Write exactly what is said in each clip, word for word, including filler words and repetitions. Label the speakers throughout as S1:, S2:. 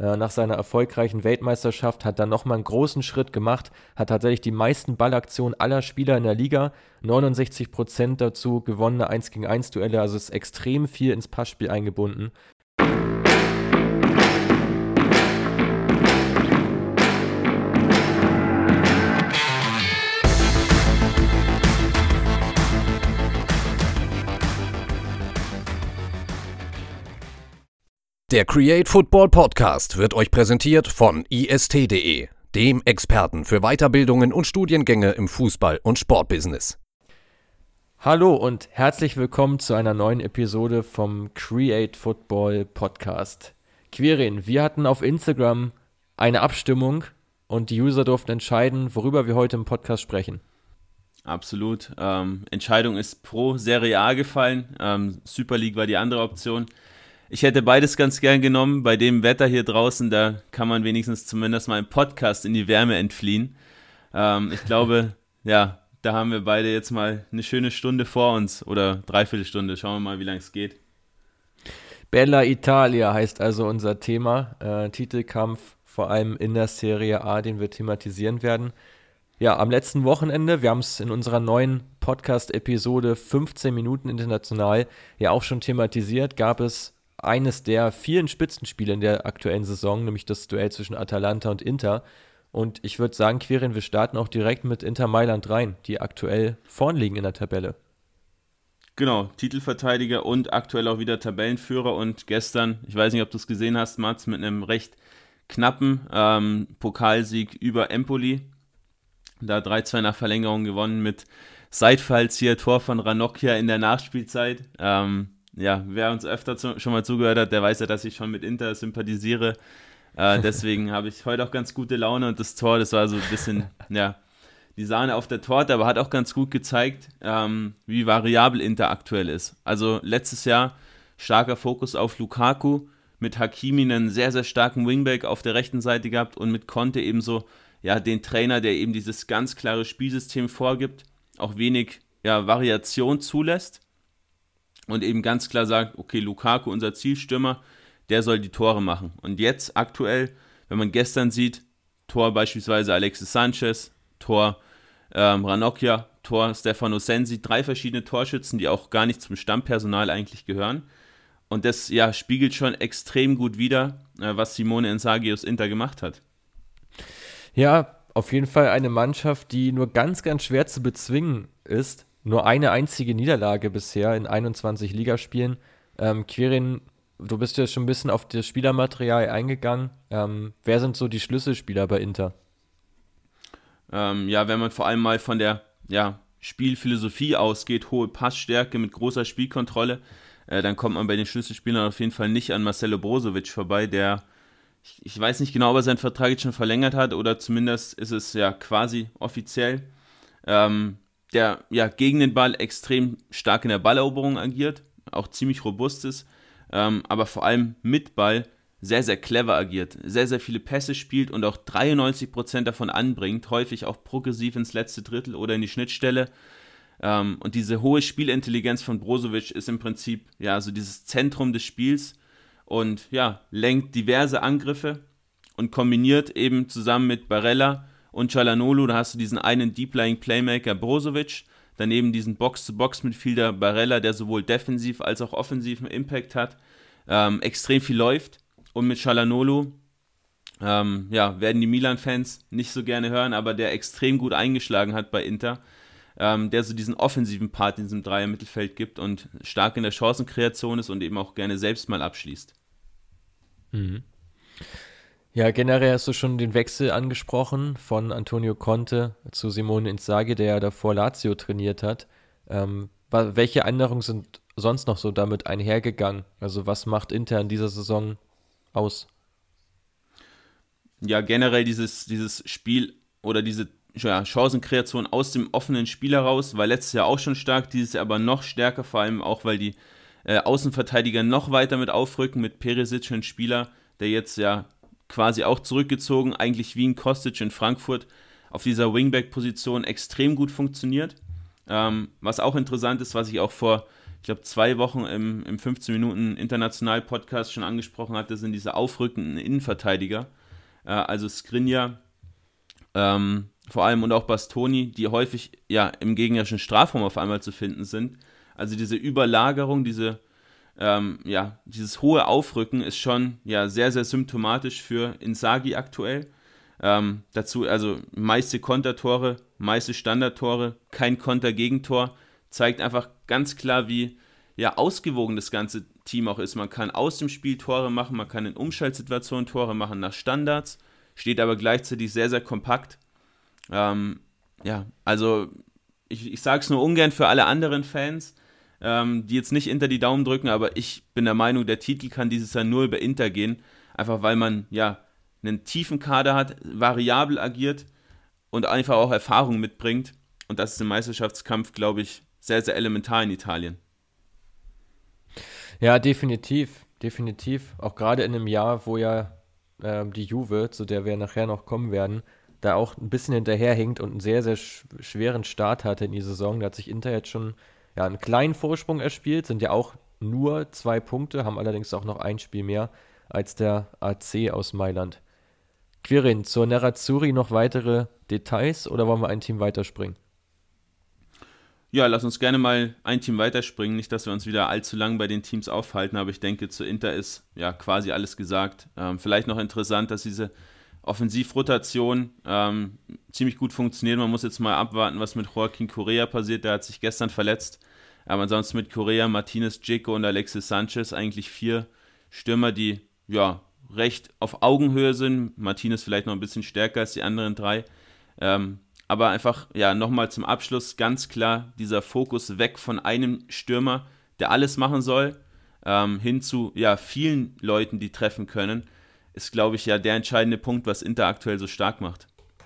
S1: äh, nach seiner erfolgreichen Weltmeisterschaft, hat dann nochmal einen großen Schritt gemacht, hat tatsächlich die meisten Ballaktionen aller Spieler in der Liga, neunundsechzig Prozent dazu gewonnene eins gegen eins Duelle, also ist extrem viel ins Passspiel eingebunden.
S2: Der Create Football Podcast wird euch präsentiert von i s t punkt d e, dem Experten für Weiterbildungen und Studiengänge im Fußball- und Sportbusiness.
S1: Hallo und herzlich willkommen zu einer neuen Episode vom Create Football Podcast. Quirin, wir hatten auf Instagram eine Abstimmung und die User durften entscheiden, worüber wir heute im Podcast sprechen.
S3: Absolut. Ähm, Entscheidung ist pro Serie A gefallen. Ähm, Super League war die andere Option. Ich hätte beides ganz gern genommen. Bei dem Wetter hier draußen, da kann man wenigstens zumindest mal im Podcast in die Wärme entfliehen. Ähm, ich glaube, ja, da haben wir beide jetzt mal eine schöne Stunde vor uns oder Dreiviertelstunde. Schauen wir mal, wie lange es geht.
S1: Bella Italia heißt also unser Thema. Äh, Titelkampf vor allem in der Serie A, den wir thematisieren werden. Ja, am letzten Wochenende, wir haben es in unserer neuen Podcast-Episode fünfzehn Minuten international ja auch schon thematisiert, gab es eines der vielen Spitzenspiele in der aktuellen Saison, nämlich das Duell zwischen Atalanta und Inter. Und ich würde sagen, Quirin, wir starten auch direkt mit Inter Mailand rein, die aktuell vorn liegen in der Tabelle.
S3: Genau, Titelverteidiger und aktuell auch wieder Tabellenführer. Und gestern, ich weiß nicht, ob du es gesehen hast, Mats, mit einem recht knappen ähm, Pokalsieg über Empoli. Da drei zwei nach Verlängerung gewonnen mit Seitfalls hier, Tor von Ranocchia in der Nachspielzeit. Ähm, Ja, wer uns öfter zu, schon mal zugehört hat, der weiß ja, dass ich schon mit Inter sympathisiere. Äh, deswegen habe ich heute auch ganz gute Laune und das Tor, das war so ein bisschen, ja, die Sahne auf der Torte, aber hat auch ganz gut gezeigt, ähm, wie variabel Inter aktuell ist. Also letztes Jahr starker Fokus auf Lukaku, mit Hakimi einen sehr, sehr starken Wingback auf der rechten Seite gehabt und mit Conte ebenso, ja, den Trainer, der eben dieses ganz klare Spielsystem vorgibt, auch wenig, ja, Variation zulässt. Und eben ganz klar sagt, okay, Lukaku, unser Zielstürmer, der soll die Tore machen. Und jetzt aktuell, wenn man gestern sieht, Tor beispielsweise Alexis Sanchez, Tor ähm, Ranocchia, Tor Stefano Sensi, drei verschiedene Torschützen, die auch gar nicht zum Stammpersonal eigentlich gehören. Und das ja spiegelt schon extrem gut wider, äh, was Simone Inzaghi aus Inter gemacht hat.
S1: Ja, auf jeden Fall eine Mannschaft, die nur ganz, ganz schwer zu bezwingen ist. Nur eine einzige Niederlage bisher in einundzwanzig Ligaspielen. Ähm, Quirin, du bist ja schon ein bisschen auf das Spielermaterial eingegangen. Ähm, wer sind so die Schlüsselspieler bei Inter?
S3: Ähm, ja, wenn man vor allem mal von der ja, Spielphilosophie ausgeht, hohe Passstärke mit großer Spielkontrolle, äh, dann kommt man bei den Schlüsselspielern auf jeden Fall nicht an Marcelo Brozovic vorbei, der, ich, ich weiß nicht genau, ob er seinen Vertrag jetzt schon verlängert hat oder zumindest ist es ja quasi offiziell. Ähm, der ja gegen den Ball extrem stark in der Balleroberung agiert, auch ziemlich robust ist, ähm, aber vor allem mit Ball sehr, sehr clever agiert, sehr, sehr viele Pässe spielt und auch dreiundneunzig Prozent davon anbringt, häufig auch progressiv ins letzte Drittel oder in die Schnittstelle. Ähm, und diese hohe Spielintelligenz von Brozovic ist im Prinzip ja so dieses Zentrum des Spiels und ja, lenkt diverse Angriffe und kombiniert eben zusammen mit Barella und Çalhanoğlu, da hast du diesen einen Deep-Lying-Playmaker Brozovic, daneben diesen Box-to-Box-Midfielder Barella, der sowohl defensiv als auch offensiven Impact hat, ähm, extrem viel läuft. Und mit Çalhanoğlu, ähm, ja, werden die Milan-Fans nicht so gerne hören, aber der extrem gut eingeschlagen hat bei Inter, ähm, der so diesen offensiven Part in diesem Dreier-Mittelfeld gibt und stark in der Chancenkreation ist und eben auch gerne selbst mal abschließt.
S1: Mhm. Ja, generell hast du schon den Wechsel angesprochen von Antonio Conte zu Simone Inzaghi, der ja davor Lazio trainiert hat. Ähm, welche Änderungen sind sonst noch so damit einhergegangen? Also was macht Inter in dieser Saison aus?
S3: Ja, generell dieses, dieses Spiel oder diese ja, Chancenkreation aus dem offenen Spiel heraus war letztes Jahr auch schon stark, dieses Jahr aber noch stärker, vor allem auch, weil die äh, Außenverteidiger noch weiter mit aufrücken, mit Perisic, ein Spieler, der jetzt ja quasi auch zurückgezogen, eigentlich wie ein Kostic in Frankfurt, auf dieser Wingback-Position extrem gut funktioniert. Ähm, was auch interessant ist, was ich auch vor ich glaube, zwei Wochen im, im fünfzehn Minuten International-Podcast schon angesprochen hatte, sind diese aufrückenden Innenverteidiger. Äh, also Skriniar, ähm, vor allem und auch Bastoni, die häufig ja im gegnerischen Strafraum auf einmal zu finden sind. Also diese Überlagerung, diese, ähm, ja, dieses hohe Aufrücken ist schon ja, sehr, sehr symptomatisch für Inzaghi aktuell. Ähm, dazu also meiste Kontertore, meiste Standardtore, kein Kontergegentor, zeigt einfach ganz klar, wie ja, ausgewogen das ganze Team auch ist. Man kann aus dem Spiel Tore machen, man kann in Umschaltsituationen Tore machen nach Standards, steht aber gleichzeitig sehr, sehr kompakt. Ähm, ja, also ich, ich sage es nur ungern für alle anderen Fans, ähm, die jetzt nicht Inter die Daumen drücken, aber ich bin der Meinung, der Titel kann dieses Jahr nur über Inter gehen, einfach weil man ja einen tiefen Kader hat, variabel agiert und einfach auch Erfahrung mitbringt. Und das ist im Meisterschaftskampf, glaube ich, sehr, sehr elementar in Italien.
S1: Ja, definitiv, definitiv. Auch gerade in einem Jahr, wo ja ähm, die Juve, zu der wir nachher noch kommen werden, da auch ein bisschen hinterherhinkt und einen sehr, sehr sch- schweren Start hatte in die Saison. Da hat sich Inter jetzt schon ja, einen kleinen Vorsprung erspielt, sind ja auch nur zwei Punkte, haben allerdings auch noch ein Spiel mehr als der A C aus Mailand. Quirin, zur Nerazzurri noch weitere Details oder wollen wir ein Team weiterspringen?
S3: Ja, lass uns gerne mal ein Team weiterspringen. Nicht, dass wir uns wieder allzu lang bei den Teams aufhalten, aber ich denke, zu Inter ist ja quasi alles gesagt. Ähm, vielleicht noch interessant, dass diese Offensivrotation ähm, ziemlich gut funktioniert. Man muss jetzt mal abwarten, was mit Joaquin Correa passiert. Der hat sich gestern verletzt. Aber ansonsten mit Correa, Martinez, Dzeko und Alexis Sanchez eigentlich vier Stürmer, die ja recht auf Augenhöhe sind. Martinez vielleicht noch ein bisschen stärker als die anderen drei. Ähm, aber einfach, ja, nochmal zum Abschluss ganz klar dieser Fokus weg von einem Stürmer, der alles machen soll, ähm, hin zu, ja, vielen Leuten, die treffen können, ist, glaube ich, ja der entscheidende Punkt, was Inter aktuell so stark macht.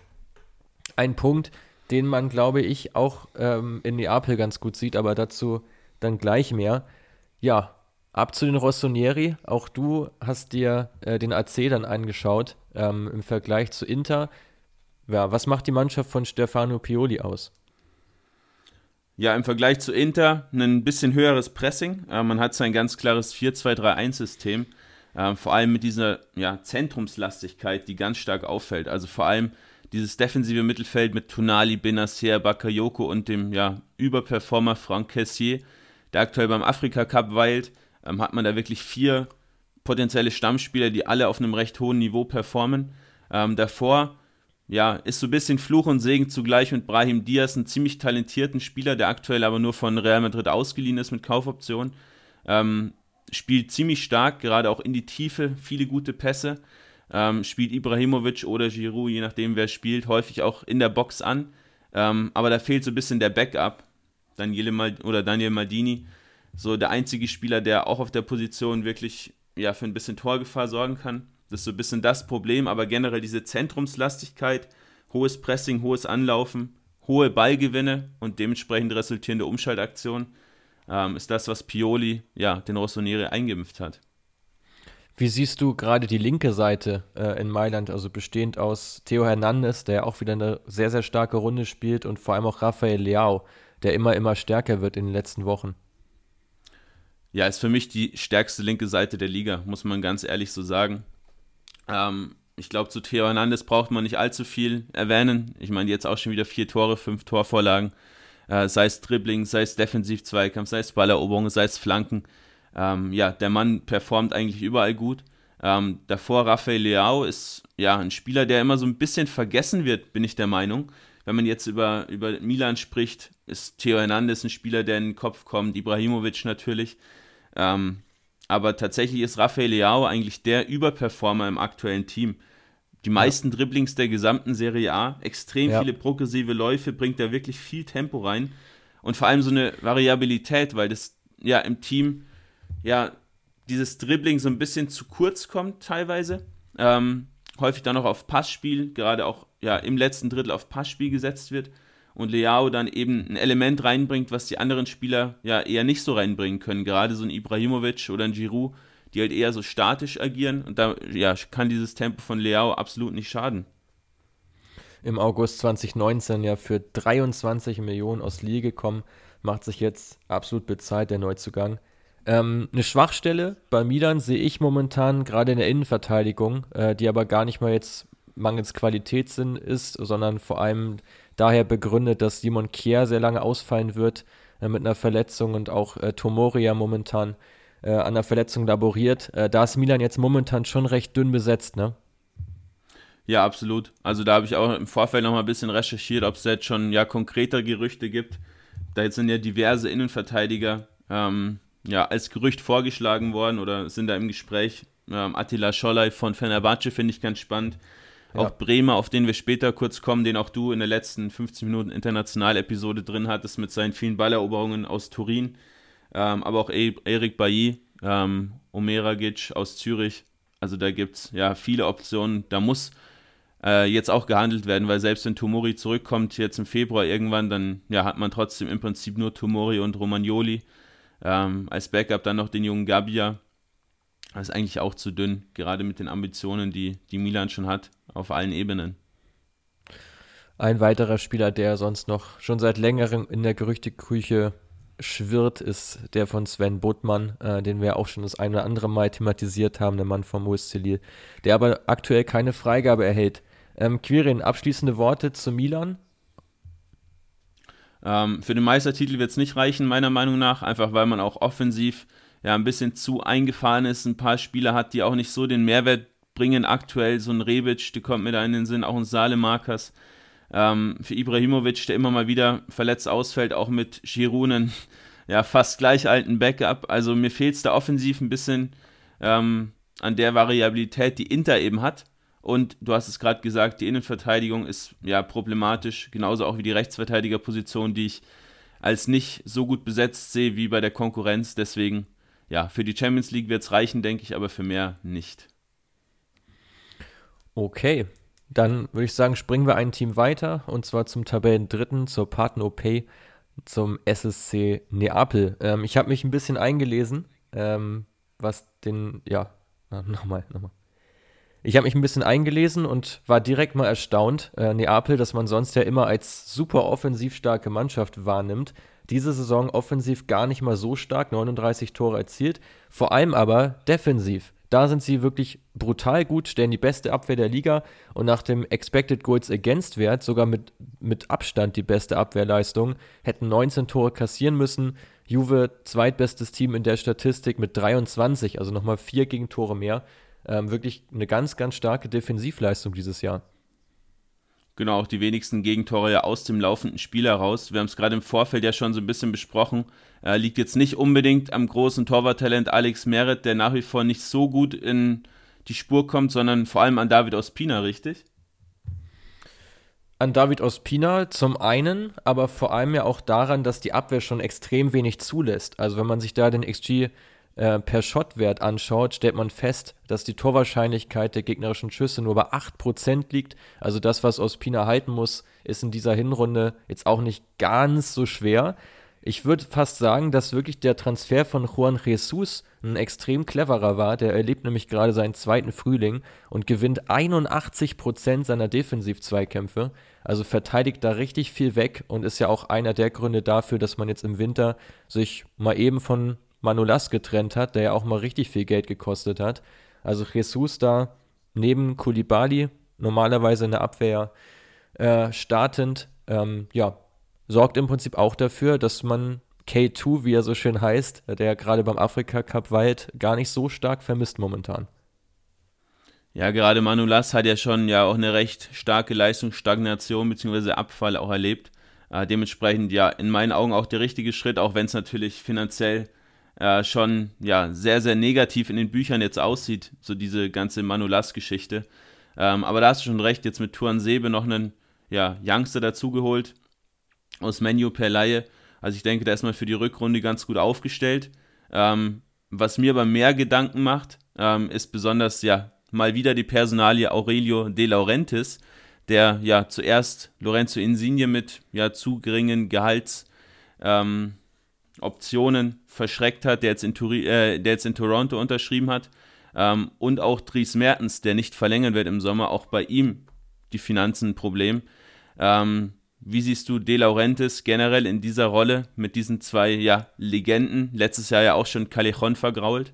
S1: Ein Punkt, den man, glaube ich, auch ähm, in Neapel ganz gut sieht, aber dazu dann gleich mehr. Ja, ab zu den Rossonieri. Auch du hast dir äh, den A C dann angeschaut ähm, im Vergleich zu Inter. Ja, was macht die Mannschaft von Stefano Pioli aus?
S3: Ja, im Vergleich zu Inter ein bisschen höheres Pressing. Äh, man hat sein ganz klares vier zwei drei eins System. Äh, vor allem mit dieser ja, Zentrumslastigkeit, die ganz stark auffällt. Also vor allem dieses defensive Mittelfeld mit Tonali, Benacer, Bakayoko und dem ja, Überperformer Franck Kessié, der aktuell beim Afrika Cup weilt, ähm, hat man da wirklich vier potenzielle Stammspieler, die alle auf einem recht hohen Niveau performen. Ähm, davor ja, ist so ein bisschen Fluch und Segen zugleich mit Brahim Diaz, einen ziemlich talentierten Spieler, der aktuell aber nur von Real Madrid ausgeliehen ist mit Kaufoption. Ähm, spielt ziemlich stark, gerade auch in die Tiefe, viele gute Pässe. Ähm, spielt Ibrahimovic oder Giroud, je nachdem wer spielt, häufig auch in der Box an. Ähm, aber da fehlt so ein bisschen der Backup. Daniele Mal- oder Daniel Maldini, so der einzige Spieler, der auch auf der Position wirklich ja, für ein bisschen Torgefahr sorgen kann. Das ist so ein bisschen das Problem, aber generell diese Zentrumslastigkeit, hohes Pressing, hohes Anlaufen, hohe Ballgewinne und dementsprechend resultierende Umschaltaktionen ähm, ist das, was Pioli ja, den Rossonieri eingeimpft hat.
S1: Wie siehst du gerade die linke Seite äh, in Mailand, also bestehend aus Theo Hernandez, der auch wieder eine sehr, sehr starke Runde spielt und vor allem auch Rafael Leao, der immer, immer stärker wird in den letzten Wochen?
S3: Ja, ist für mich die stärkste linke Seite der Liga, muss man ganz ehrlich so sagen. Ähm, ich glaube, zu Theo Hernandez braucht man nicht allzu viel erwähnen. Ich meine, jetzt auch schon wieder vier Tore, fünf Torvorlagen. Äh, sei es Dribbling, sei es Defensiv-Zweikampf, sei es Balleroberung, sei es Flanken. Ähm, ja, der Mann performt eigentlich überall gut. Ähm, davor Rafael Leao ist ja ein Spieler, der immer so ein bisschen vergessen wird, bin ich der Meinung. Wenn man jetzt über, über Milan spricht, ist Theo Hernandez ein Spieler, der in den Kopf kommt, Ibrahimovic natürlich. Ähm, aber tatsächlich ist Rafael Leao eigentlich der Überperformer im aktuellen Team. Die meisten ja. Dribblings der gesamten Serie A, extrem ja. viele progressive Läufe, bringt da wirklich viel Tempo rein und vor allem so eine Variabilität, weil das ja im Team ja dieses Dribbling so ein bisschen zu kurz kommt teilweise. Ähm, häufig dann auch auf Passspiel, gerade auch ja im letzten Drittel auf Passspiel gesetzt wird und Leao dann eben ein Element reinbringt, was die anderen Spieler ja eher nicht so reinbringen können. Gerade so ein Ibrahimovic oder ein Giroud, die halt eher so statisch agieren und da ja, kann dieses Tempo von Leao absolut nicht schaden.
S1: Im August zwanzig neunzehn ja für dreiundzwanzig Millionen aus Lille gekommen, macht sich jetzt absolut bezahlt, der Neuzugang. Ähm, eine Schwachstelle bei Milan sehe ich momentan gerade in der Innenverteidigung, äh, die aber gar nicht mal jetzt mangels Qualitätssinn ist, sondern vor allem daher begründet, dass Simon Kjær sehr lange ausfallen wird äh, mit einer Verletzung und auch äh, Tomori ja momentan äh, an einer Verletzung laboriert. Äh, da ist Milan jetzt momentan schon recht dünn besetzt, ne?
S3: Ja, absolut. Also da habe ich auch im Vorfeld noch mal ein bisschen recherchiert, ob es jetzt schon ja konkreter Gerüchte gibt. Da jetzt sind ja diverse Innenverteidiger ähm, ja, als Gerücht vorgeschlagen worden oder sind da im Gespräch. Ähm, Attila Scholay von Fenerbahce finde ich ganz spannend. Ja. Auch Bremer, auf den wir später kurz kommen, den auch du in der letzten fünfzehn Minuten International-Episode drin hattest mit seinen vielen Balleroberungen aus Turin. Ähm, aber auch e- Erik Bailly, ähm, Omeragic aus Zürich. Also da gibt es ja viele Optionen. Da muss äh, jetzt auch gehandelt werden, weil selbst wenn Tomori zurückkommt, jetzt im Februar irgendwann, dann ja, hat man trotzdem im Prinzip nur Tomori und Romagnoli. Ähm, als Backup dann noch den jungen Gabbia. Das ist eigentlich auch zu dünn, gerade mit den Ambitionen, die, die Milan schon hat, auf allen Ebenen.
S1: Ein weiterer Spieler, der sonst noch schon seit längerem in der Gerüchteküche schwirrt, ist der von Sven Botman, äh, den wir auch schon das ein oder andere Mal thematisiert haben, der Mann vom U S C Lille, der aber aktuell keine Freigabe erhält. Ähm, Quirin, abschließende Worte zu Milan?
S3: Ähm, für den Meistertitel wird es nicht reichen, meiner Meinung nach, einfach weil man auch offensiv ja ein bisschen zu eingefahren ist, ein paar Spieler hat, die auch nicht so den Mehrwert bringen aktuell, so ein Rebic, der kommt mir da in den Sinn, auch ein Salemakas. Ähm, für Ibrahimovic, der immer mal wieder verletzt ausfällt, auch mit Giroud einen ja, fast gleich alten Backup. Also mir fehlt es da offensiv ein bisschen ähm, an der Variabilität, die Inter eben hat. Und du hast es gerade gesagt, die Innenverteidigung ist ja problematisch, genauso auch wie die Rechtsverteidigerposition, die ich als nicht so gut besetzt sehe wie bei der Konkurrenz. Deswegen, ja, für die Champions League wird es reichen, denke ich, aber für mehr nicht.
S1: Okay, dann würde ich sagen, springen wir ein Team weiter, und zwar zum Tabellendritten, zur Partner O P, zum S S C Neapel. Ähm, ich habe mich ein bisschen eingelesen, ähm, was den, ja, nochmal, nochmal. Ich habe mich ein bisschen eingelesen und war direkt mal erstaunt, äh, Neapel, dass man sonst ja immer als super offensiv starke Mannschaft wahrnimmt, diese Saison offensiv gar nicht mal so stark, neununddreißig Tore erzielt, vor allem aber defensiv. Da sind sie wirklich brutal gut, stellen die beste Abwehr der Liga und nach dem Expected Goals Against Wert sogar mit, mit Abstand die beste Abwehrleistung, hätten neunzehn Tore kassieren müssen. Juve zweitbestes Team in der Statistik mit dreiundzwanzig, also nochmal vier Gegentore mehr. Ähm, wirklich eine ganz, ganz starke Defensivleistung dieses Jahr.
S3: Genau, auch die wenigsten Gegentore ja aus dem laufenden Spiel heraus. Wir haben es gerade im Vorfeld ja schon so ein bisschen besprochen. Äh, liegt jetzt nicht unbedingt am großen Torwarttalent Alex Meret, der nach wie vor nicht so gut in die Spur kommt, sondern vor allem an David Ospina, richtig?
S1: An David Ospina zum einen, aber vor allem ja auch daran, dass die Abwehr schon extrem wenig zulässt. Also wenn man sich da den X G äh, per Shot-Wert anschaut, stellt man fest, dass die Torwahrscheinlichkeit der gegnerischen Schüsse nur bei acht Prozent liegt. Also das, was Ospina halten muss, ist in dieser Hinrunde jetzt auch nicht ganz so schwer. Ich würde fast sagen, dass wirklich der Transfer von Juan Jesus ein extrem cleverer war. Der erlebt nämlich gerade seinen zweiten Frühling und gewinnt einundachtzig Prozent seiner Defensiv-Zweikämpfe. Also verteidigt da richtig viel weg und ist ja auch einer der Gründe dafür, dass man jetzt im Winter sich mal eben von Manolas getrennt hat, der ja auch mal richtig viel Geld gekostet hat. Also Jesus da neben Koulibaly, normalerweise in der Abwehr äh, startend, ähm, ja, sorgt im Prinzip auch dafür, dass man K zwei, wie er so schön heißt, der gerade beim Afrika Cup weilt, gar nicht so stark vermisst momentan.
S3: Ja, gerade Manolas hat ja schon ja auch eine recht starke Leistungsstagnation bzw. Abfall auch erlebt. Äh, dementsprechend ja in meinen Augen auch der richtige Schritt, auch wenn es natürlich finanziell äh, schon ja sehr, sehr negativ in den Büchern jetzt aussieht, so diese ganze Manolas-Geschichte. Ähm, aber da hast du schon recht, jetzt mit Tuan Sebe noch einen ja, Youngster dazugeholt aus Menu per Laie. Also ich denke, da ist man für die Rückrunde ganz gut aufgestellt. Ähm, was mir aber mehr Gedanken macht, ähm, ist besonders ja mal wieder die Personalie Aurelio De Laurentiis, der ja zuerst Lorenzo Insigne mit ja zu geringen Gehaltsoptionen ähm, verschreckt hat, der jetzt in, Turi- äh, der jetzt in Toronto unterschrieben hat. Ähm, und auch Dries Mertens, der nicht verlängern wird im Sommer, auch bei ihm die Finanzen ein Problem. Ähm, wie siehst du De Laurentiis generell in dieser Rolle mit diesen zwei ja, Legenden? Letztes Jahr ja auch schon Callejon vergrault.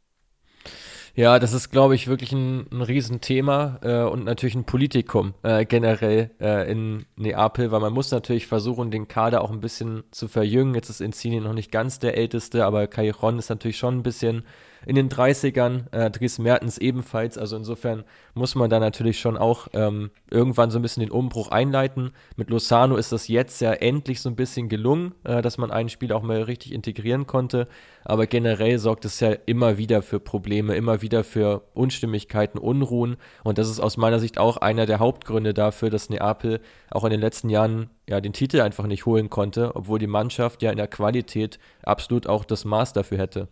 S1: Ja, das ist, glaube ich, wirklich ein, ein Riesenthema äh, und natürlich ein Politikum äh, generell äh, in Neapel, weil man muss natürlich versuchen, den Kader auch ein bisschen zu verjüngen. Jetzt ist Insigne noch nicht ganz der Älteste, aber Callejon ist natürlich schon ein bisschen in den dreißigern, äh, Dries Mertens ebenfalls, also insofern muss man da natürlich schon auch ähm, irgendwann so ein bisschen den Umbruch einleiten. Mit Lozano ist das jetzt ja endlich so ein bisschen gelungen, äh, dass man ein Spiel auch mal richtig integrieren konnte, aber generell sorgt es ja immer wieder für Probleme, immer wieder für Unstimmigkeiten, Unruhen und das ist aus meiner Sicht auch einer der Hauptgründe dafür, dass Neapel auch in den letzten Jahren ja den Titel einfach nicht holen konnte, obwohl die Mannschaft ja in der Qualität absolut auch das Maß dafür hätte.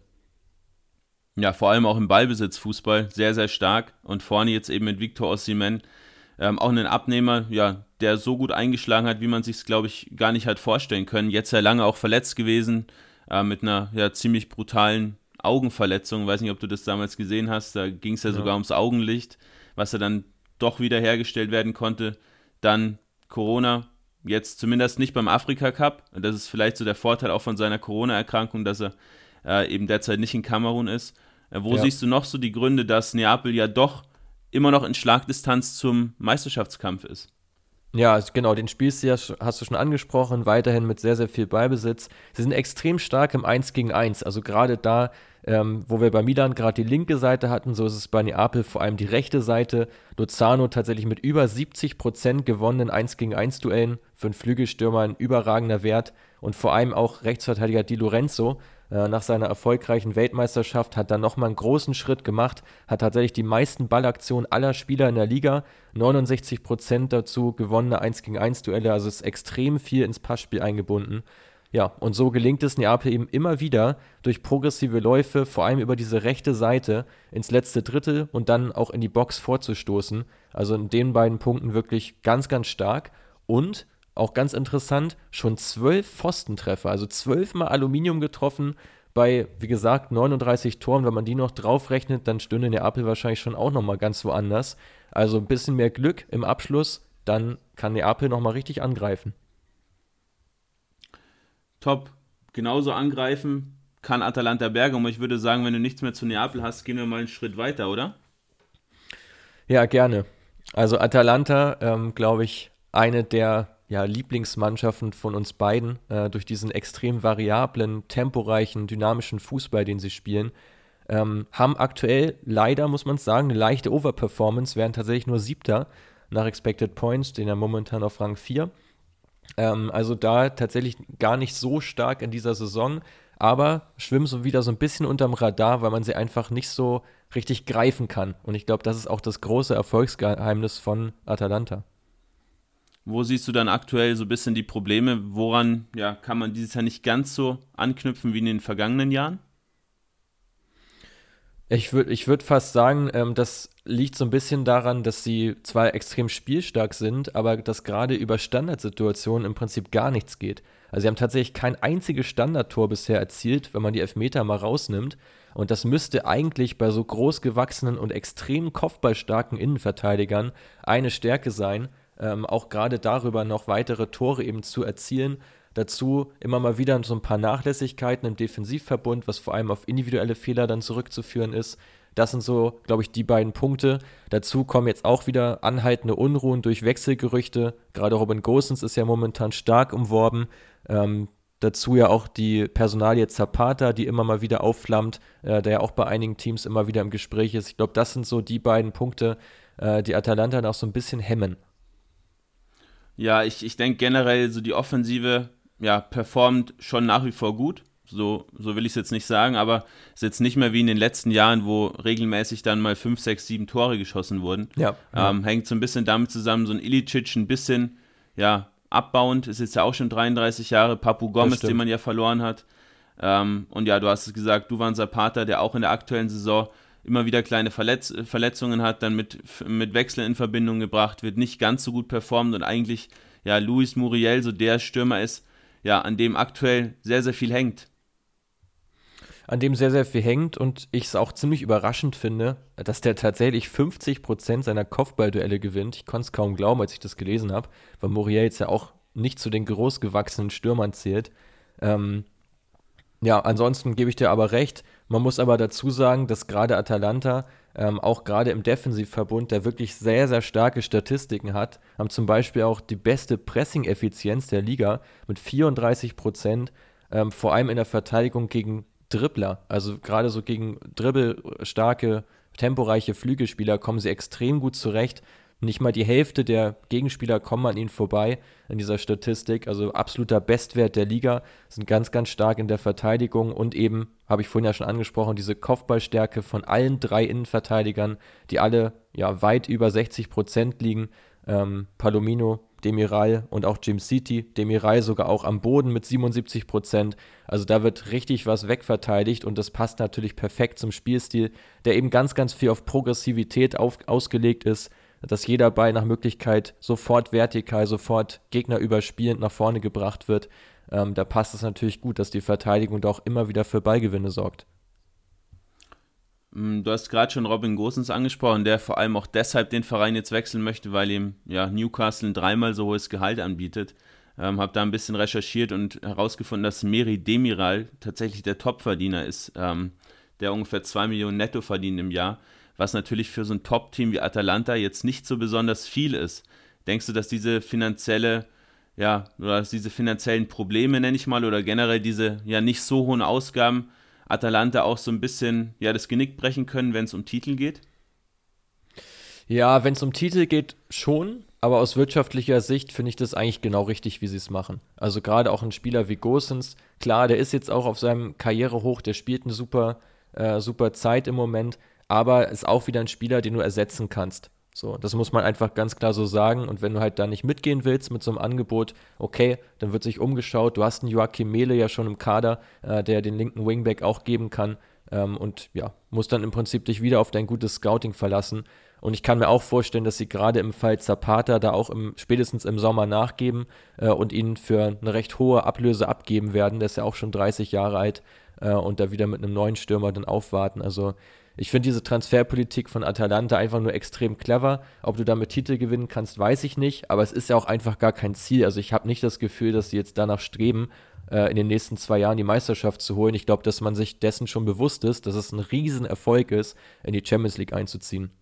S3: Ja, vor allem auch im Ballbesitzfußball sehr, sehr stark und vorne jetzt eben mit Victor Osimhen ähm, auch einen Abnehmer, ja, der so gut eingeschlagen hat, wie man sich es, glaube ich, gar nicht hat vorstellen können. Jetzt ja lange auch verletzt gewesen, äh, mit einer ja ziemlich brutalen Augenverletzung. Ich weiß nicht, ob du das damals gesehen hast, da ging es ja, ja sogar ums Augenlicht, was er dann doch wieder hergestellt werden konnte. Dann Corona, jetzt zumindest nicht beim Afrika Cup. Das ist vielleicht so der Vorteil auch von seiner Corona-Erkrankung, dass er äh, eben derzeit nicht in Kamerun ist. Äh, wo ja. siehst du noch so die Gründe, dass Neapel ja doch immer noch in Schlagdistanz zum Meisterschaftskampf ist?
S1: Ja, genau, den Spielstil hast du schon angesprochen, weiterhin mit sehr, sehr viel Ballbesitz. Sie sind extrem stark im eins gegen eins, also gerade da, ähm, wo wir bei Milan gerade die linke Seite hatten, so ist es bei Neapel vor allem die rechte Seite. Lozano tatsächlich mit über siebzig Prozent gewonnenen eins gegen eins Duellen, für einen Flügelstürmer ein überragender Wert und vor allem auch Rechtsverteidiger Di Lorenzo, nach seiner erfolgreichen Weltmeisterschaft hat dann nochmal einen großen Schritt gemacht, hat tatsächlich die meisten Ballaktionen aller Spieler in der Liga, neunundsechzig Prozent dazu gewonnene eins gegen eins Duelle, also ist extrem viel ins Passspiel eingebunden. Ja, und so gelingt es Neapel eben immer wieder durch progressive Läufe, vor allem über diese rechte Seite, ins letzte Drittel und dann auch in die Box vorzustoßen. Also in den beiden Punkten wirklich ganz, ganz stark und auch ganz interessant, schon zwölf Pfostentreffer, also zwölfmal Aluminium getroffen bei, wie gesagt, neununddreißig Toren. Wenn man die noch draufrechnet, dann stünde Neapel wahrscheinlich schon auch nochmal ganz woanders. Also ein bisschen mehr Glück im Abschluss, dann kann Neapel nochmal richtig angreifen.
S3: Top, genauso angreifen kann Atalanta Bergamo. Ich würde sagen, wenn du nichts mehr zu Neapel hast, gehen wir mal einen Schritt weiter, oder?
S1: Ja, gerne. Also Atalanta, ähm, glaube ich, eine der ja, Lieblingsmannschaften von uns beiden, äh, durch diesen extrem variablen, temporeichen, dynamischen Fußball, den sie spielen, ähm, haben aktuell leider, muss man sagen, eine leichte Overperformance, wären tatsächlich nur Siebter nach Expected Points, den ja momentan auf Rang vier. Ähm, also da tatsächlich gar nicht so stark in dieser Saison, aber schwimmen so wieder so ein bisschen unterm Radar, weil man sie einfach nicht so richtig greifen kann. Und ich glaube, das ist auch das große Erfolgsgeheimnis von Atalanta.
S3: Wo siehst du dann aktuell so ein bisschen die Probleme? Woran ja, kann man dieses Jahr nicht ganz so anknüpfen wie in den vergangenen Jahren?
S1: Ich würde ich würd fast sagen, ähm, das liegt so ein bisschen daran, dass sie zwar extrem spielstark sind, aber dass gerade über Standardsituationen im Prinzip gar nichts geht. Also sie haben tatsächlich kein einziges Standardtor bisher erzielt, wenn man die Elfmeter mal rausnimmt. Und das müsste eigentlich bei so großgewachsenen und extrem kopfballstarken Innenverteidigern eine Stärke sein, ähm, auch gerade darüber noch weitere Tore eben zu erzielen. Dazu immer mal wieder so ein paar Nachlässigkeiten im Defensivverbund, was vor allem auf individuelle Fehler dann zurückzuführen ist. Das sind so, glaube ich, die beiden Punkte. Dazu kommen jetzt auch wieder anhaltende Unruhen durch Wechselgerüchte. Gerade Robin Gosens ist ja momentan stark umworben. Ähm, dazu ja auch die Personalie Zapata, die immer mal wieder aufflammt, äh, der ja auch bei einigen Teams immer wieder im Gespräch ist. Ich glaube, das sind so die beiden Punkte, äh, die Atalanta noch so ein bisschen hemmen.
S3: Ja, ich, ich denke generell, so die Offensive ja, performt schon nach wie vor gut. So, so will ich es jetzt nicht sagen, aber es ist jetzt nicht mehr wie in den letzten Jahren, wo regelmäßig dann mal fünf, sechs, sieben Tore geschossen wurden.
S1: Ja,
S3: ähm,
S1: ja.
S3: Hängt so ein bisschen damit zusammen, so ein Ilicic ein bisschen ja, abbauend, ist jetzt ja auch schon dreiunddreißig Jahre, Papu Gomez, den man ja verloren hat. Ähm, und ja, du hast es gesagt, Duvan Zapata, der auch in der aktuellen Saison immer wieder kleine Verletz- Verletzungen hat, dann mit, mit Wechseln in Verbindung gebracht, wird nicht ganz so gut performt und eigentlich ja Luis Muriel so der Stürmer ist, ja, an dem aktuell sehr, sehr viel hängt.
S1: An dem sehr, sehr viel hängt und ich es auch ziemlich überraschend finde, dass der tatsächlich fünfzig Prozent seiner Kopfballduelle gewinnt. Ich konnte es kaum glauben, als ich das gelesen habe, weil Muriel jetzt ja auch nicht zu den großgewachsenen Stürmern zählt. Ähm, ja, ansonsten gebe ich dir aber recht. Man muss aber dazu sagen, dass gerade Atalanta, ähm, auch gerade im Defensivverbund, der wirklich sehr, sehr starke Statistiken hat, haben zum Beispiel auch die beste Pressing-Effizienz der Liga mit vierunddreißig Prozent, ähm, vor allem in der Verteidigung gegen Dribbler. Also gerade so gegen dribbelstarke, temporeiche Flügelspieler kommen sie extrem gut zurecht. Nicht mal die Hälfte der Gegenspieler kommen an ihnen vorbei in dieser Statistik. Also absoluter Bestwert der Liga, sind ganz, ganz stark in der Verteidigung und eben, habe ich vorhin ja schon angesprochen, diese Kopfballstärke von allen drei Innenverteidigern, die alle ja weit über sechzig Prozent liegen. Ähm, Palomino, Demiral und auch Jim City. Demiral sogar auch am Boden mit siebenundsiebzig Prozent. Also da wird richtig was wegverteidigt und das passt natürlich perfekt zum Spielstil, der eben ganz, ganz viel auf Progressivität auf, ausgelegt ist, dass jeder Ball nach Möglichkeit sofort vertikal, sofort gegnerüberspielend nach vorne gebracht wird. Ähm, da passt es natürlich gut, dass die Verteidigung da auch immer wieder für Ballgewinne sorgt.
S3: Du hast gerade schon Robin Gosens angesprochen, der vor allem auch deshalb den Verein jetzt wechseln möchte, weil ihm ja, Newcastle ein dreimal so hohes Gehalt anbietet. Ähm, habe da ein bisschen recherchiert und herausgefunden, dass Meri Demiral tatsächlich der Topverdiener ist, ähm, der ungefähr zwei Millionen netto verdient im Jahr, was natürlich für so ein Top-Team wie Atalanta jetzt nicht so besonders viel ist. Denkst du, dass diese finanzielle, ja, oder diese finanziellen Probleme, nenne ich mal, oder generell diese ja nicht so hohen Ausgaben Atalanta auch so ein bisschen ja das Genick brechen können, wenn es um Titel geht?
S1: Ja, wenn es um Titel geht, schon, aber aus wirtschaftlicher Sicht finde ich das eigentlich genau richtig, wie sie es machen. Also gerade auch ein Spieler wie Gosens, klar, der ist jetzt auch auf seinem Karrierehoch, der spielt eine super, äh, super Zeit im Moment, aber ist auch wieder ein Spieler, den du ersetzen kannst. So, das muss man einfach ganz klar so sagen. Und wenn du halt da nicht mitgehen willst mit so einem Angebot, okay, dann wird sich umgeschaut. Du hast einen Joachim Mehle ja schon im Kader, äh, der den linken Wingback auch geben kann. Ähm, und ja, musst dann im Prinzip dich wieder auf dein gutes Scouting verlassen. Und ich kann mir auch vorstellen, dass sie gerade im Fall Zapata da auch im, spätestens im Sommer nachgeben äh, und ihn für eine recht hohe Ablöse abgeben werden. Der ist ja auch schon dreißig Jahre alt äh, und da wieder mit einem neuen Stürmer dann aufwarten. Also ich finde diese Transferpolitik von Atalanta einfach nur extrem clever. Ob du damit Titel gewinnen kannst, weiß ich nicht. Aber es ist ja auch einfach gar kein Ziel. Also ich habe nicht das Gefühl, dass sie jetzt danach streben, äh, in den nächsten zwei Jahren die Meisterschaft zu holen. Ich glaube, dass man sich dessen schon bewusst ist, dass es ein Riesenerfolg ist, in die Champions League einzuziehen.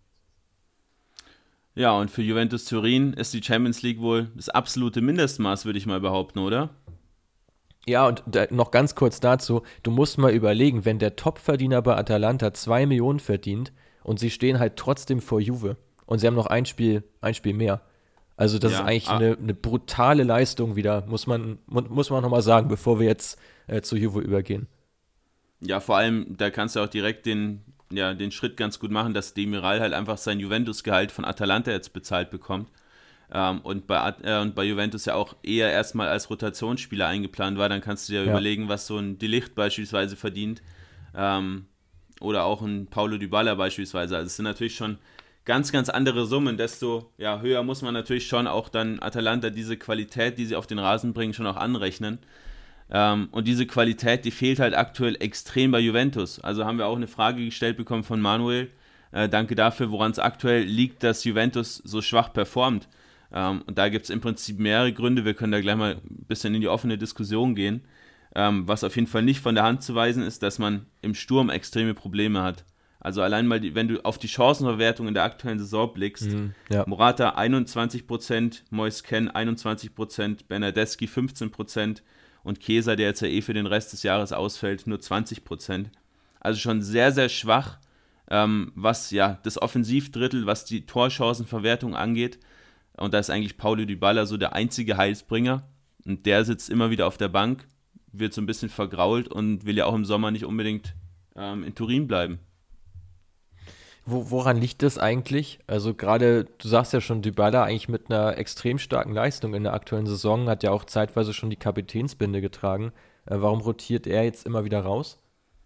S3: Ja, und für Juventus Turin ist die Champions League wohl das absolute Mindestmaß, würde ich mal behaupten, oder?
S1: Ja, und da, noch ganz kurz dazu, du musst mal überlegen, wenn der Topverdiener bei Atalanta zwei Millionen verdient und sie stehen halt trotzdem vor Juve und sie haben noch ein Spiel, ein Spiel mehr. Also das ja, ist eigentlich ah. eine, eine brutale Leistung wieder, muss man, muss man nochmal sagen, bevor wir jetzt äh, zu Juve übergehen.
S3: Ja, vor allem, da kannst du auch direkt den, ja, den Schritt ganz gut machen, dass Demiral halt einfach sein Juventus-Gehalt von Atalanta jetzt bezahlt bekommt. Ähm, und, bei, äh, und bei Juventus ja auch eher erstmal als Rotationsspieler eingeplant war, dann kannst du dir ja. überlegen, was so ein De Ligt beispielsweise verdient ähm, oder auch ein Paulo Dybala beispielsweise. Also es sind natürlich schon ganz, ganz andere Summen, desto ja, höher muss man natürlich schon auch dann Atalanta diese Qualität, die sie auf den Rasen bringen, schon auch anrechnen. Ähm, und diese Qualität, die fehlt halt aktuell extrem bei Juventus. Also haben wir auch eine Frage gestellt bekommen von Manuel, äh, danke dafür, woran es aktuell liegt, dass Juventus so schwach performt. Um, und da gibt es im Prinzip mehrere Gründe, wir können da gleich mal ein bisschen in die offene Diskussion gehen. Um, was auf jeden Fall nicht von der Hand zu weisen ist, dass man im Sturm extreme Probleme hat. Also allein mal, die, wenn du auf die Chancenverwertung in der aktuellen Saison blickst, mhm, ja. Morata einundzwanzig Prozent, Moise Kean einundzwanzig Prozent, Bernardeschi fünfzehn Prozent und Chiesa, der jetzt ja eh für den Rest des Jahres ausfällt, nur zwanzig Prozent. Also schon sehr, sehr schwach, um, was ja das Offensivdrittel, was die Torchancenverwertung angeht. Und da ist eigentlich Paulo Dybala so der einzige Heilsbringer. Und der sitzt immer wieder auf der Bank, wird so ein bisschen vergrault und will ja auch im Sommer nicht unbedingt ähm, in Turin bleiben.
S1: Wo, woran liegt das eigentlich? Also gerade, du sagst ja schon, Dybala eigentlich mit einer extrem starken Leistung in der aktuellen Saison, hat ja auch zeitweise schon die Kapitänsbinde getragen. Äh, warum rotiert er jetzt immer wieder raus?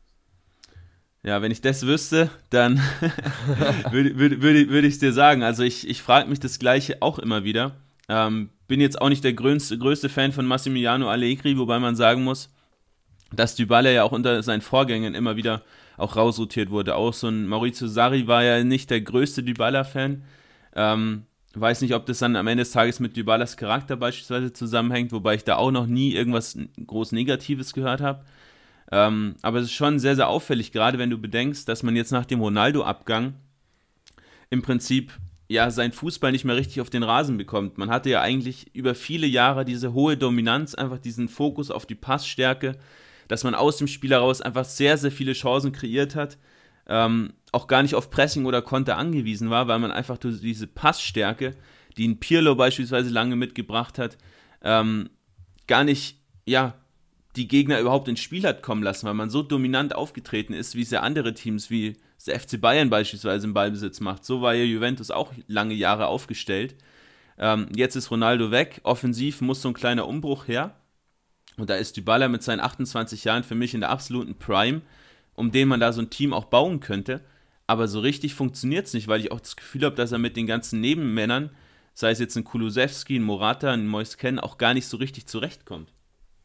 S3: Ja, wenn ich das wüsste, dann würde würd, würd, würd ich es dir sagen. Also ich, ich frage mich das Gleiche auch immer wieder. Ähm, bin jetzt auch nicht der größte, größte Fan von Massimiliano Allegri, wobei man sagen muss, dass Dybala ja auch unter seinen Vorgängern immer wieder auch rausrotiert wurde. Auch so ein Maurizio Sarri war ja nicht der größte Dybala-Fan. Ähm, weiß nicht, ob das dann am Ende des Tages mit Dybalas Charakter beispielsweise zusammenhängt, wobei ich da auch noch nie irgendwas groß Negatives gehört habe. Ähm, aber es ist schon sehr, sehr auffällig, gerade wenn du bedenkst, dass man jetzt nach dem Ronaldo-Abgang im Prinzip ja seinen Fußball nicht mehr richtig auf den Rasen bekommt. Man hatte ja eigentlich über viele Jahre diese hohe Dominanz, einfach diesen Fokus auf die Passstärke, dass man aus dem Spiel heraus einfach sehr, sehr viele Chancen kreiert hat, ähm, auch gar nicht auf Pressing oder Konter angewiesen war, weil man einfach durch diese Passstärke, die ein Pirlo beispielsweise lange mitgebracht hat, ähm, gar nicht, ja, die Gegner überhaupt ins Spiel hat kommen lassen, weil man so dominant aufgetreten ist, wie es ja andere Teams wie der F C Bayern beispielsweise im Ballbesitz macht. So war ja Juventus auch lange Jahre aufgestellt. Ähm, jetzt ist Ronaldo weg, offensiv muss so ein kleiner Umbruch her. Und da ist Dybala mit seinen achtundzwanzig Jahren für mich in der absoluten Prime, um den man da so ein Team auch bauen könnte. Aber so richtig funktioniert es nicht, weil ich auch das Gefühl habe, dass er mit den ganzen Nebenmännern, sei es jetzt ein Kulusewski, ein Morata, ein Moise Kean, auch gar nicht so richtig zurechtkommt.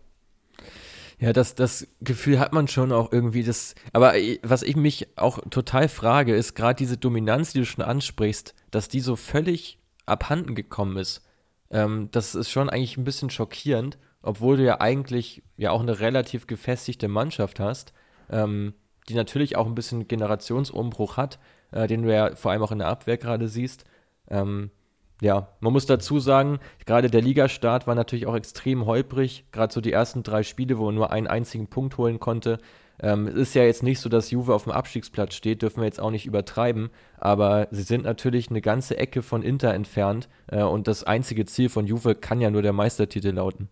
S1: Ja, das, das Gefühl hat man schon auch irgendwie. Das, aber was ich mich auch total frage, ist gerade diese Dominanz, die du schon ansprichst, dass die so völlig abhanden gekommen ist. Ähm, das ist schon eigentlich ein bisschen schockierend, obwohl du ja eigentlich ja auch eine relativ gefestigte Mannschaft hast, ähm, die natürlich auch ein bisschen Generationsumbruch hat, äh, den du ja vor allem auch in der Abwehr gerade siehst. Ähm, Ja, man muss dazu sagen, gerade der Ligastart war natürlich auch extrem holprig, gerade so die ersten drei Spiele, wo man nur einen einzigen Punkt holen konnte. Ähm, es ist ja jetzt nicht so, dass Juve auf dem Abstiegsplatz steht, dürfen wir jetzt auch nicht übertreiben, aber sie sind natürlich eine ganze Ecke von Inter entfernt äh, und das einzige Ziel von Juve kann ja nur der Meistertitel lauten.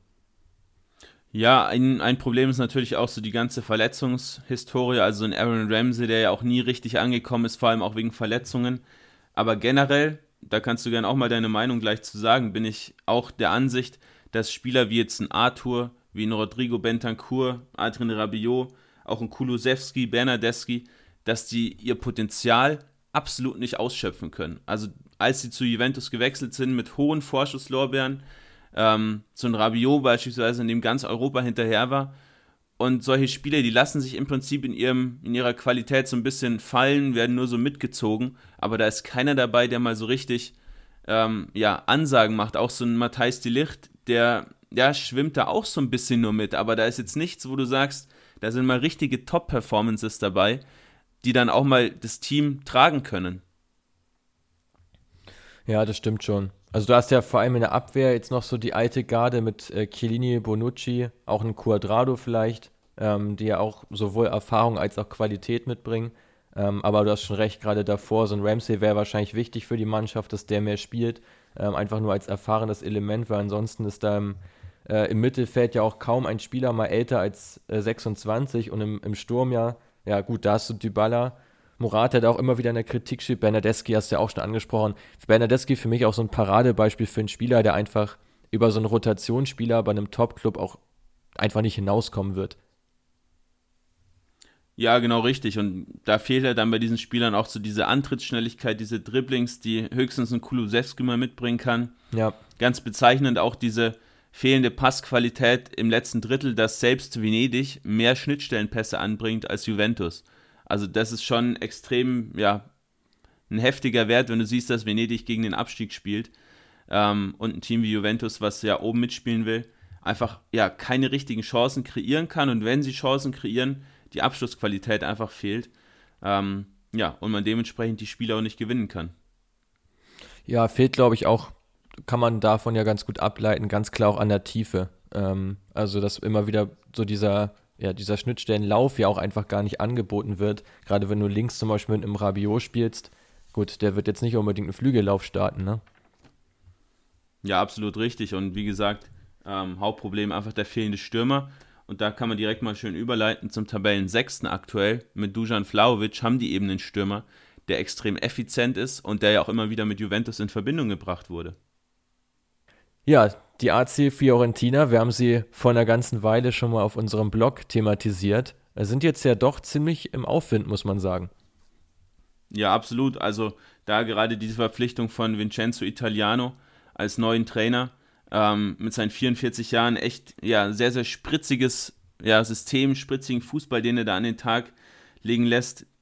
S3: Ja, ein, ein Problem ist natürlich auch so die ganze Verletzungshistorie, also ein Aaron Ramsey, der ja auch nie richtig angekommen ist, vor allem auch wegen Verletzungen. Aber generell, da kannst du gerne auch mal deine Meinung gleich zu sagen, bin ich auch der Ansicht, dass Spieler wie jetzt ein Arthur, wie ein Rodrigo Bentancur, Adrien Rabiot, auch ein Kulusewski, Bernardeschi, dass die ihr Potenzial absolut nicht ausschöpfen können. Also als sie zu Juventus gewechselt sind mit hohen Vorschusslorbeeren, ähm, so ein Rabiot beispielsweise, in dem ganz Europa hinterher war, und solche Spieler, die lassen sich im Prinzip in, ihrem, in ihrer Qualität so ein bisschen fallen, werden nur so mitgezogen, aber da ist keiner dabei, der mal so richtig ähm, ja, Ansagen macht. Auch so ein Matthijs de Ligt, der ja, schwimmt da auch so ein bisschen nur mit, aber da ist jetzt nichts, wo du sagst, da sind mal richtige Top-Performances dabei, die dann auch mal das Team tragen können.
S1: Ja, das stimmt schon. Also du hast ja vor allem in der Abwehr jetzt noch so die alte Garde mit äh, Chiellini, Bonucci, auch ein Cuadrado vielleicht, ähm, die ja auch sowohl Erfahrung als auch Qualität mitbringen. Ähm, aber du hast schon recht, gerade davor, so ein Ramsey wäre wahrscheinlich wichtig für die Mannschaft, dass der mehr spielt, ähm, einfach nur als erfahrenes Element, weil ansonsten ist da im, äh, im Mittelfeld ja auch kaum ein Spieler mal älter als äh, sechsundzwanzig und im, im Sturm ja, ja gut, da hast du Dybala. Morata, der auch immer wieder in der Kritik steht. Bernardeschi hast du ja auch schon angesprochen. Bernardeschi für mich auch so ein Paradebeispiel für einen Spieler, der einfach über so einen Rotationsspieler bei einem Top-Club auch einfach nicht hinauskommen wird.
S3: Ja, genau richtig. Und da fehlt ja dann bei diesen Spielern auch so diese Antrittsschnelligkeit, diese Dribblings, die höchstens ein Kulusewski mal mitbringen kann.
S1: Ja.
S3: Ganz bezeichnend auch diese fehlende Passqualität im letzten Drittel, dass selbst Venedig mehr Schnittstellenpässe anbringt als Juventus. Also das ist schon extrem, ja, ein heftiger Wert, wenn du siehst, dass Venedig gegen den Abstieg spielt ähm, und ein Team wie Juventus, was ja oben mitspielen will, einfach ja keine richtigen Chancen kreieren kann, und wenn sie Chancen kreieren, die Abschlussqualität einfach fehlt, ähm, ja, und man dementsprechend die Spiele auch nicht gewinnen kann.
S1: Ja, fehlt, glaube ich, auch, kann man davon ja ganz gut ableiten, ganz klar auch an der Tiefe. Ähm, also dass immer wieder so dieser ja, dieser Schnittstellenlauf ja auch einfach gar nicht angeboten wird. Gerade wenn du links zum Beispiel mit einem Rabiot spielst, gut, der wird jetzt nicht unbedingt einen Flügellauf starten, ne?
S3: Ja, absolut richtig. Und wie gesagt, ähm, Hauptproblem einfach der fehlende Stürmer. Und da kann man direkt mal schön überleiten zum Tabellensechsten aktuell. Mit Dusan Vlahovic haben die eben einen Stürmer, der extrem effizient ist und der ja auch immer wieder mit Juventus in Verbindung gebracht wurde.
S1: Ja, die A C Fiorentina, wir haben sie vor einer ganzen Weile schon mal auf unserem Blog thematisiert, sind jetzt ja doch ziemlich im Aufwind, muss man sagen.
S3: Ja, absolut. Also da gerade diese Verpflichtung von Vincenzo Italiano als neuen Trainer ähm, mit seinen vierundvierzig Jahren, echt ja sehr, sehr spritziges ja, System, spritzigen Fußball, den er da an den Tag legen lässt,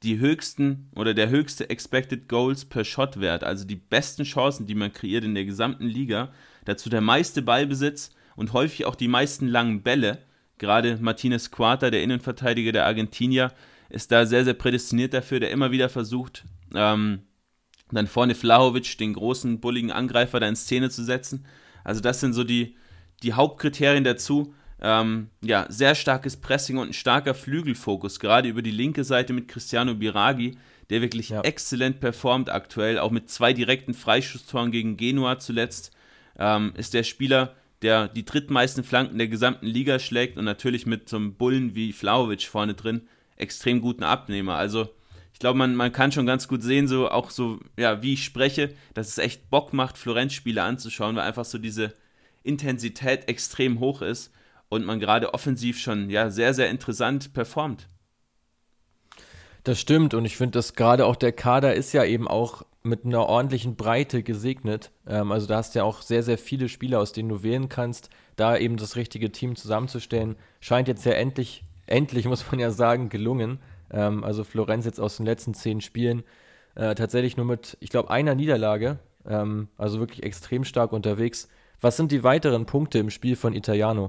S3: die höchsten oder der höchste Expected Goals per Shot Wert, also die besten Chancen, die man kreiert in der gesamten Liga. Dazu der meiste Ballbesitz und häufig auch die meisten langen Bälle. Gerade Martinez Cuarta, der Innenverteidiger der Argentinier, ist da sehr, sehr prädestiniert dafür, der immer wieder versucht, ähm, dann vorne Vlahovic, den großen, bulligen Angreifer, da in Szene zu setzen. Also das sind so die, die Hauptkriterien dazu. Ähm, ja, sehr starkes Pressing und ein starker Flügelfokus, gerade über die linke Seite mit Cristiano Biraghi, der wirklich ja. exzellent performt aktuell, auch mit zwei direkten Freischusstoren gegen Genua zuletzt, ähm, ist der Spieler, der die drittmeisten Flanken der gesamten Liga schlägt und natürlich mit so einem Bullen wie Vlahovic vorne drin extrem guten Abnehmer. Also ich glaube, man, man kann schon ganz gut sehen, so auch so, ja, wie ich spreche, dass es echt Bock macht, Florenz-Spiele anzuschauen, weil einfach so diese Intensität extrem hoch ist und man gerade offensiv schon ja, sehr, sehr interessant performt.
S1: Das stimmt und ich finde, dass gerade auch der Kader ist ja eben auch mit einer ordentlichen Breite gesegnet. Ähm, also da hast du ja auch sehr, sehr viele Spieler, aus denen du wählen kannst. Da eben das richtige Team zusammenzustellen, scheint jetzt ja endlich, endlich muss man ja sagen, gelungen. Ähm, also Florenz jetzt aus den letzten zehn Spielen äh, tatsächlich nur mit, ich glaube, einer Niederlage. Ähm, also wirklich extrem stark unterwegs. Was sind die weiteren Punkte im Spiel von Italiano?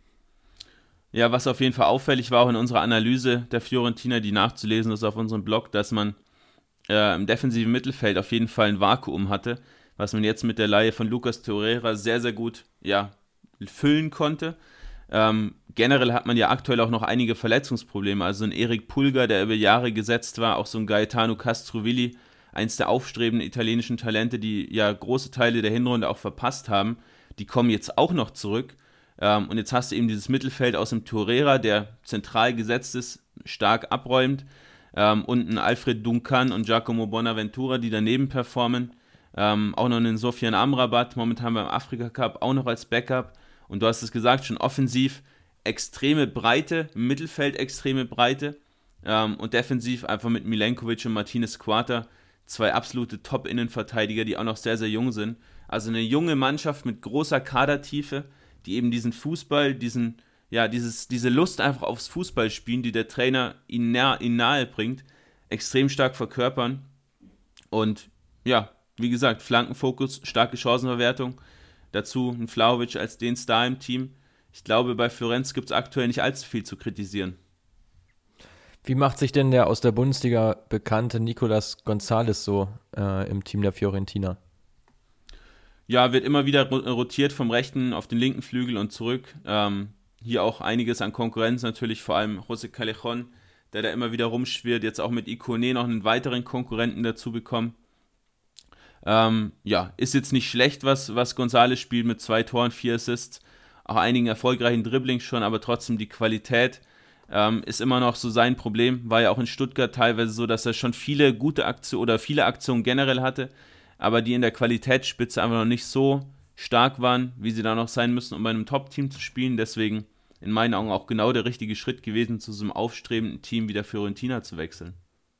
S3: Ja, was auf jeden Fall auffällig war auch in unserer Analyse der Fiorentina, die nachzulesen ist auf unserem Blog, dass man äh, im defensiven Mittelfeld auf jeden Fall ein Vakuum hatte, was man jetzt mit der Leihe von Lucas Torreira sehr, sehr gut ja, füllen konnte. Ähm, generell hat man ja aktuell auch noch einige Verletzungsprobleme, also ein Erik Pulgar, der über Jahre gesetzt war, auch so ein Gaetano Castrovilli, eins der aufstrebenden italienischen Talente, die ja große Teile der Hinrunde auch verpasst haben, die kommen jetzt auch noch zurück. Ähm, und jetzt hast du eben dieses Mittelfeld aus dem Torreira, der zentral gesetzt ist, stark abräumt, ähm, und ein Alfred Duncan und Giacomo Bonaventura, die daneben performen. Ähm, auch noch einen Sofian Amrabat, momentan beim Afrika Cup, auch noch als Backup. Und du hast es gesagt, schon offensiv extreme Breite, im Mittelfeld extreme Breite, ähm, und defensiv einfach mit Milenkovic und Martinez Cuarta zwei absolute Top-Innenverteidiger, die auch noch sehr, sehr jung sind. Also eine junge Mannschaft mit großer Kadertiefe, die eben diesen Fußball, diesen, ja, dieses, diese Lust einfach aufs Fußballspielen, die der Trainer ihnen, nah, ihnen nahe bringt, extrem stark verkörpern. Und ja, wie gesagt, Flankenfokus, starke Chancenverwertung. Dazu ein Vlahovic als den Star im Team. Ich glaube, bei Florenz gibt es aktuell nicht allzu viel zu kritisieren.
S1: Wie macht sich denn der aus der Bundesliga bekannte Nicolas González so äh, im Team der Fiorentina?
S3: Ja, wird immer wieder rotiert vom rechten auf den linken Flügel und zurück. Ähm, hier auch einiges an Konkurrenz natürlich, vor allem José Callejon, der da immer wieder rumschwirrt, jetzt auch mit Ikoné noch einen weiteren Konkurrenten dazu bekommen. Ähm, ja, ist jetzt nicht schlecht, was, was González spielt mit zwei Toren, vier Assists, auch einigen erfolgreichen Dribblings schon, aber trotzdem die Qualität ähm, ist immer noch so sein Problem. War ja auch in Stuttgart teilweise so, dass er schon viele gute Aktionen oder viele Aktionen generell hatte, aber die in der Qualitätsspitze einfach noch nicht so stark waren, wie sie da noch sein müssen, um bei einem Top-Team zu spielen. Deswegen in meinen Augen auch genau der richtige Schritt gewesen, zu so einem aufstrebenden Team wie der Fiorentina zu wechseln.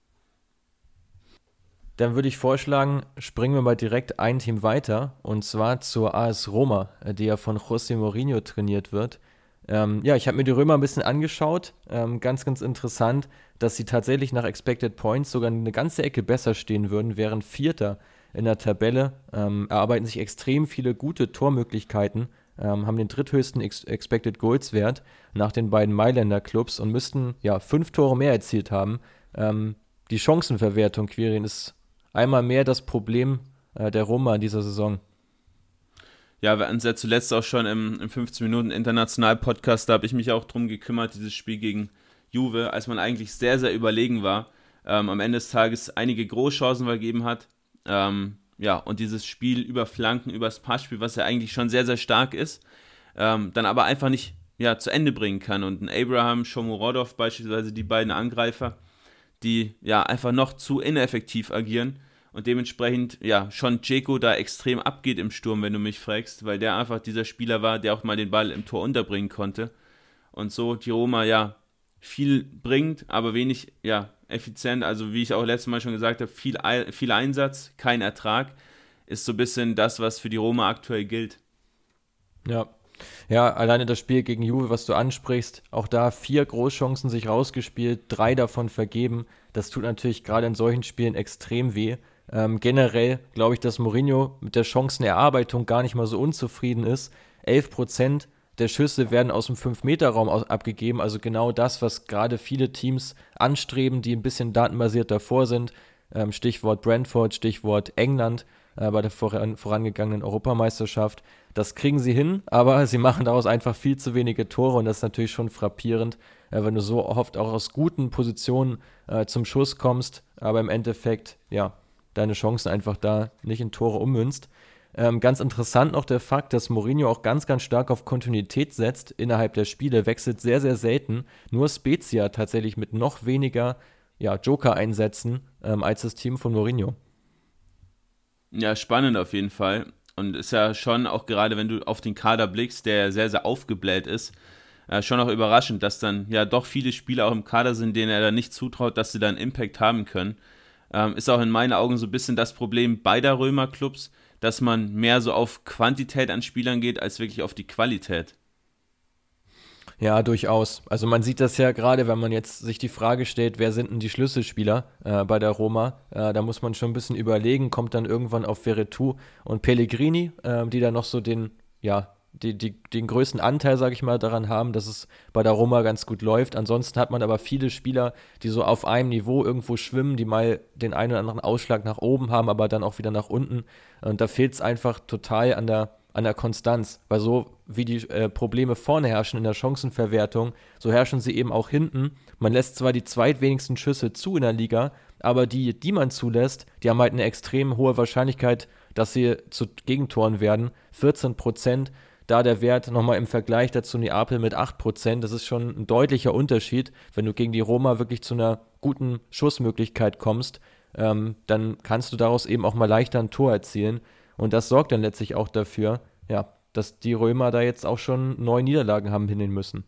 S1: Dann würde ich vorschlagen, springen wir mal direkt ein Team weiter, und zwar zur A S Roma, die ja von José Mourinho trainiert wird. Ähm, ja, ich habe mir die Römer ein bisschen angeschaut. Ähm, ganz, ganz interessant, dass sie tatsächlich nach Expected Points sogar eine ganze Ecke besser stehen würden, wären Vierter in der Tabelle, ähm, erarbeiten sich extrem viele gute Tormöglichkeiten, ähm, haben den dritthöchsten Ex- Expected Goals Wert nach den beiden Mailänder Clubs und müssten ja fünf Tore mehr erzielt haben. Ähm, die Chancenverwertung, Quirin, ist einmal mehr das Problem äh, der Roma in dieser Saison.
S3: Ja, wir hatten es ja zuletzt auch schon im, im fünfzehn-Minuten-International-Podcast, da habe ich mich auch drum gekümmert, dieses Spiel gegen Juve, als man eigentlich sehr, sehr überlegen war, ähm, am Ende des Tages einige Großchancen vergeben hat, ähm, ja, und dieses Spiel über Flanken, über das Passspiel, was ja eigentlich schon sehr, sehr stark ist, ähm, dann aber einfach nicht ja, zu Ende bringen kann. Und ein Abraham, Shomurodov beispielsweise, die beiden Angreifer, die ja einfach noch zu ineffektiv agieren und dementsprechend ja schon Dzeko da extrem abgeht im Sturm, wenn du mich fragst, weil der einfach dieser Spieler war, der auch mal den Ball im Tor unterbringen konnte und so die Roma ja viel bringt, aber wenig ja effizient, also wie ich auch letztes Mal schon gesagt habe, viel, viel Einsatz, kein Ertrag, ist so ein bisschen das, was für die Roma aktuell gilt.
S1: Ja, Ja, alleine das Spiel gegen Juve, was du ansprichst, auch da vier Großchancen sich rausgespielt, drei davon vergeben. Das tut natürlich gerade in solchen Spielen extrem weh. Ähm, generell glaube ich, dass Mourinho mit der Chancenerarbeitung gar nicht mal so unzufrieden ist. Elf Prozent der Schüsse werden aus dem fünf Meter Raum aus- abgegeben, also genau das, was gerade viele Teams anstreben, die ein bisschen datenbasiert davor sind. Ähm, Stichwort Brentford, Stichwort England äh, bei der voran, vorangegangenen Europameisterschaft. Das kriegen sie hin, aber sie machen daraus einfach viel zu wenige Tore und das ist natürlich schon frappierend, äh, wenn du so oft auch aus guten Positionen äh, zum Schuss kommst, aber im Endeffekt, ja, deine Chancen einfach da nicht in Tore ummünzt. Ähm, ganz interessant noch der Fakt, dass Mourinho auch ganz, ganz stark auf Kontinuität setzt innerhalb der Spiele, wechselt sehr, sehr selten. Nur Spezia tatsächlich mit noch weniger ja, Joker-Einsätzen ähm, als das Team von Mourinho.
S3: Ja, spannend auf jeden Fall. Und ist ja schon auch gerade, wenn du auf den Kader blickst, der sehr, sehr aufgebläht ist, äh, schon auch überraschend, dass dann ja doch viele Spieler auch im Kader sind, denen er dann nicht zutraut, dass sie dann Impact haben können. Ähm, ist auch in meinen Augen so ein bisschen das Problem beider Römer-Clubs, dass man mehr so auf Quantität an Spielern geht, als wirklich auf die Qualität.
S1: Ja, durchaus. Also man sieht das ja gerade, wenn man jetzt sich die Frage stellt, wer sind denn die Schlüsselspieler äh, bei der Roma? Äh, da muss man schon ein bisschen überlegen, kommt dann irgendwann auf Veretout und Pellegrini, äh, die da noch so den, ja, die, die, den größten Anteil, sage ich mal, daran haben, dass es bei der Roma ganz gut läuft. Ansonsten hat man aber viele Spieler, die so auf einem Niveau irgendwo schwimmen, die mal den einen oder anderen Ausschlag nach oben haben, aber dann auch wieder nach unten. Und da fehlt es einfach total an der an der Konstanz, weil so wie die äh, Probleme vorne herrschen in der Chancenverwertung, so herrschen sie eben auch hinten. Man lässt zwar die zweitwenigsten Schüsse zu in der Liga, aber die, die man zulässt, die haben halt eine extrem hohe Wahrscheinlichkeit, dass sie zu Gegentoren werden. vierzehn Prozent, da der Wert nochmal im Vergleich dazu Neapel mit acht Prozent, das ist schon ein deutlicher Unterschied. Wenn du gegen die Roma wirklich zu einer guten Schussmöglichkeit kommst, ähm, dann kannst du daraus eben auch mal leichter ein Tor erzielen. Und das sorgt dann letztlich auch dafür, ja, dass die Römer da jetzt auch schon neun Niederlagen haben hinnehmen müssen.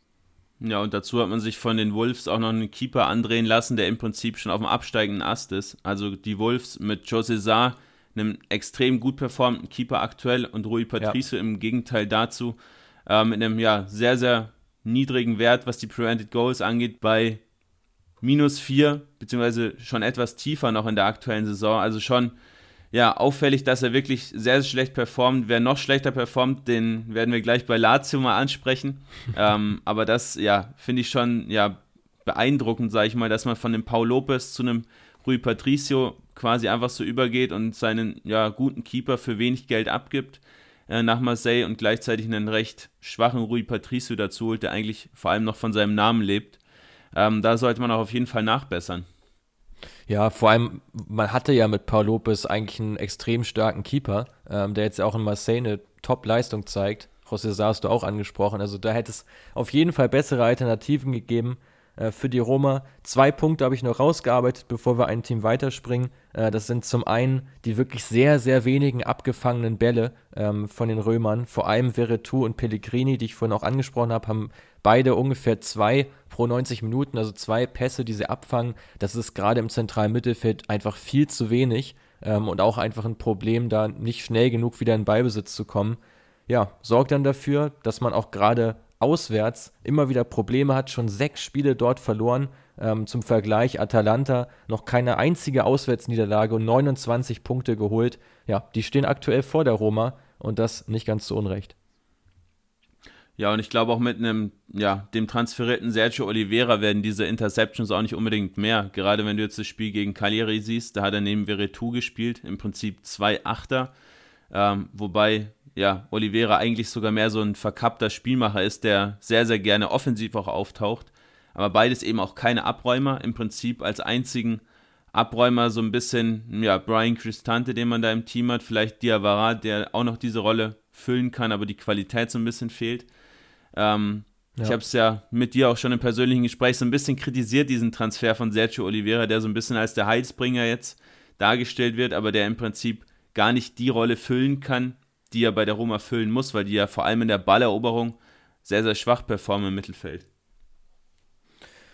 S3: Ja, und dazu hat man sich von den Wolves auch noch einen Keeper andrehen lassen, der im Prinzip schon auf dem absteigenden Ast ist. Also die Wolves mit José Sá, einem extrem gut performten Keeper aktuell, und Rui Patricio ja. im Gegenteil dazu, äh, mit einem ja sehr, sehr niedrigen Wert, was die Prevented Goals angeht, bei minus vier, beziehungsweise schon etwas tiefer noch in der aktuellen Saison. Also schon ja, auffällig, dass er wirklich sehr, sehr schlecht performt. Wer noch schlechter performt, den werden wir gleich bei Lazio mal ansprechen. ähm, aber das, ja, finde ich schon ja, beeindruckend, sage ich mal, dass man von dem Paul Lopez zu einem Rui Patricio quasi einfach so übergeht und seinen ja, guten Keeper für wenig Geld abgibt äh, nach Marseille und gleichzeitig einen recht schwachen Rui Patricio dazu holt, der eigentlich vor allem noch von seinem Namen lebt. Ähm, da sollte man auch auf jeden Fall nachbessern.
S1: Ja, vor allem, man hatte ja mit Paul Lopez eigentlich einen extrem starken Keeper, ähm, der jetzt auch in Marseille eine Top-Leistung zeigt. José Sá hast du auch angesprochen. Also da hätte es auf jeden Fall bessere Alternativen gegeben äh, für die Roma. Zwei Punkte habe ich noch rausgearbeitet, bevor wir ein Team weiterspringen. Äh, das sind zum einen die wirklich sehr, sehr wenigen abgefangenen Bälle ähm, von den Römern. Vor allem Veretout und Pellegrini, die ich vorhin auch angesprochen habe, haben beide ungefähr zwei pro neunzig Minuten, also zwei Pässe, die sie abfangen. Das ist gerade im zentralen Mittelfeld einfach viel zu wenig ähm, und auch einfach ein Problem, da nicht schnell genug wieder in Ballbesitz zu kommen. Ja, sorgt dann dafür, dass man auch gerade auswärts immer wieder Probleme hat, schon sechs Spiele dort verloren. Ähm, zum Vergleich, Atalanta noch keine einzige Auswärtsniederlage und neunundzwanzig Punkte geholt. Ja, die stehen aktuell vor der Roma und das nicht ganz zu Unrecht.
S3: Ja, und ich glaube auch mit einem, ja, dem transferierten Sergio Oliveira werden diese Interceptions auch nicht unbedingt mehr. Gerade wenn du jetzt das Spiel gegen Cagliari siehst, da hat er neben Veretout gespielt, im Prinzip zwei Achter, ähm, wobei ja, Oliveira eigentlich sogar mehr so ein verkappter Spielmacher ist, der sehr, sehr gerne offensiv auch auftaucht, aber beides eben auch keine Abräumer, im Prinzip als einzigen Abräumer so ein bisschen, ja, Brian Cristante, den man da im Team hat, vielleicht Diawara, der auch noch diese Rolle füllen kann, aber die Qualität so ein bisschen fehlt. Ähm, ja. Ich habe es ja mit dir auch schon im persönlichen Gespräch so ein bisschen kritisiert, diesen Transfer von Sergio Oliveira, der so ein bisschen als der Heilsbringer jetzt dargestellt wird, aber der im Prinzip gar nicht die Rolle füllen kann, die er bei der Roma füllen muss, weil die ja vor allem in der Balleroberung sehr, sehr schwach performen im Mittelfeld.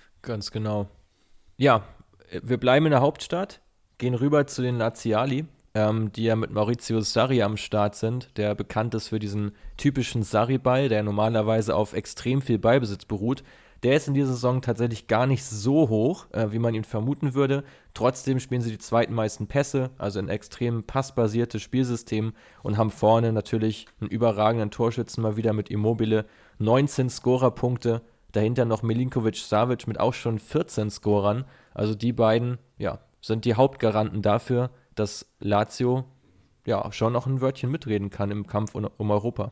S1: Ganz genau. Ja, wir bleiben in der Hauptstadt, gehen rüber zu den Laziali. ähm, die ja mit Maurizio Sarri am Start sind, der bekannt ist für diesen typischen Sarri-Ball, der normalerweise auf extrem viel Ballbesitz beruht. Der ist in dieser Saison tatsächlich gar nicht so hoch, äh, wie man ihn vermuten würde. Trotzdem spielen sie die zweitmeisten Pässe, also ein extrem passbasiertes Spielsystem und haben vorne natürlich einen überragenden Torschützen mal wieder mit Immobile. neunzehn Scorerpunkte, dahinter noch Milinkovic-Savic mit auch schon vierzehn Scorern. Also die beiden, ja, sind die Hauptgaranten dafür, dass Lazio ja schon noch ein Wörtchen mitreden kann im Kampf um, um Europa.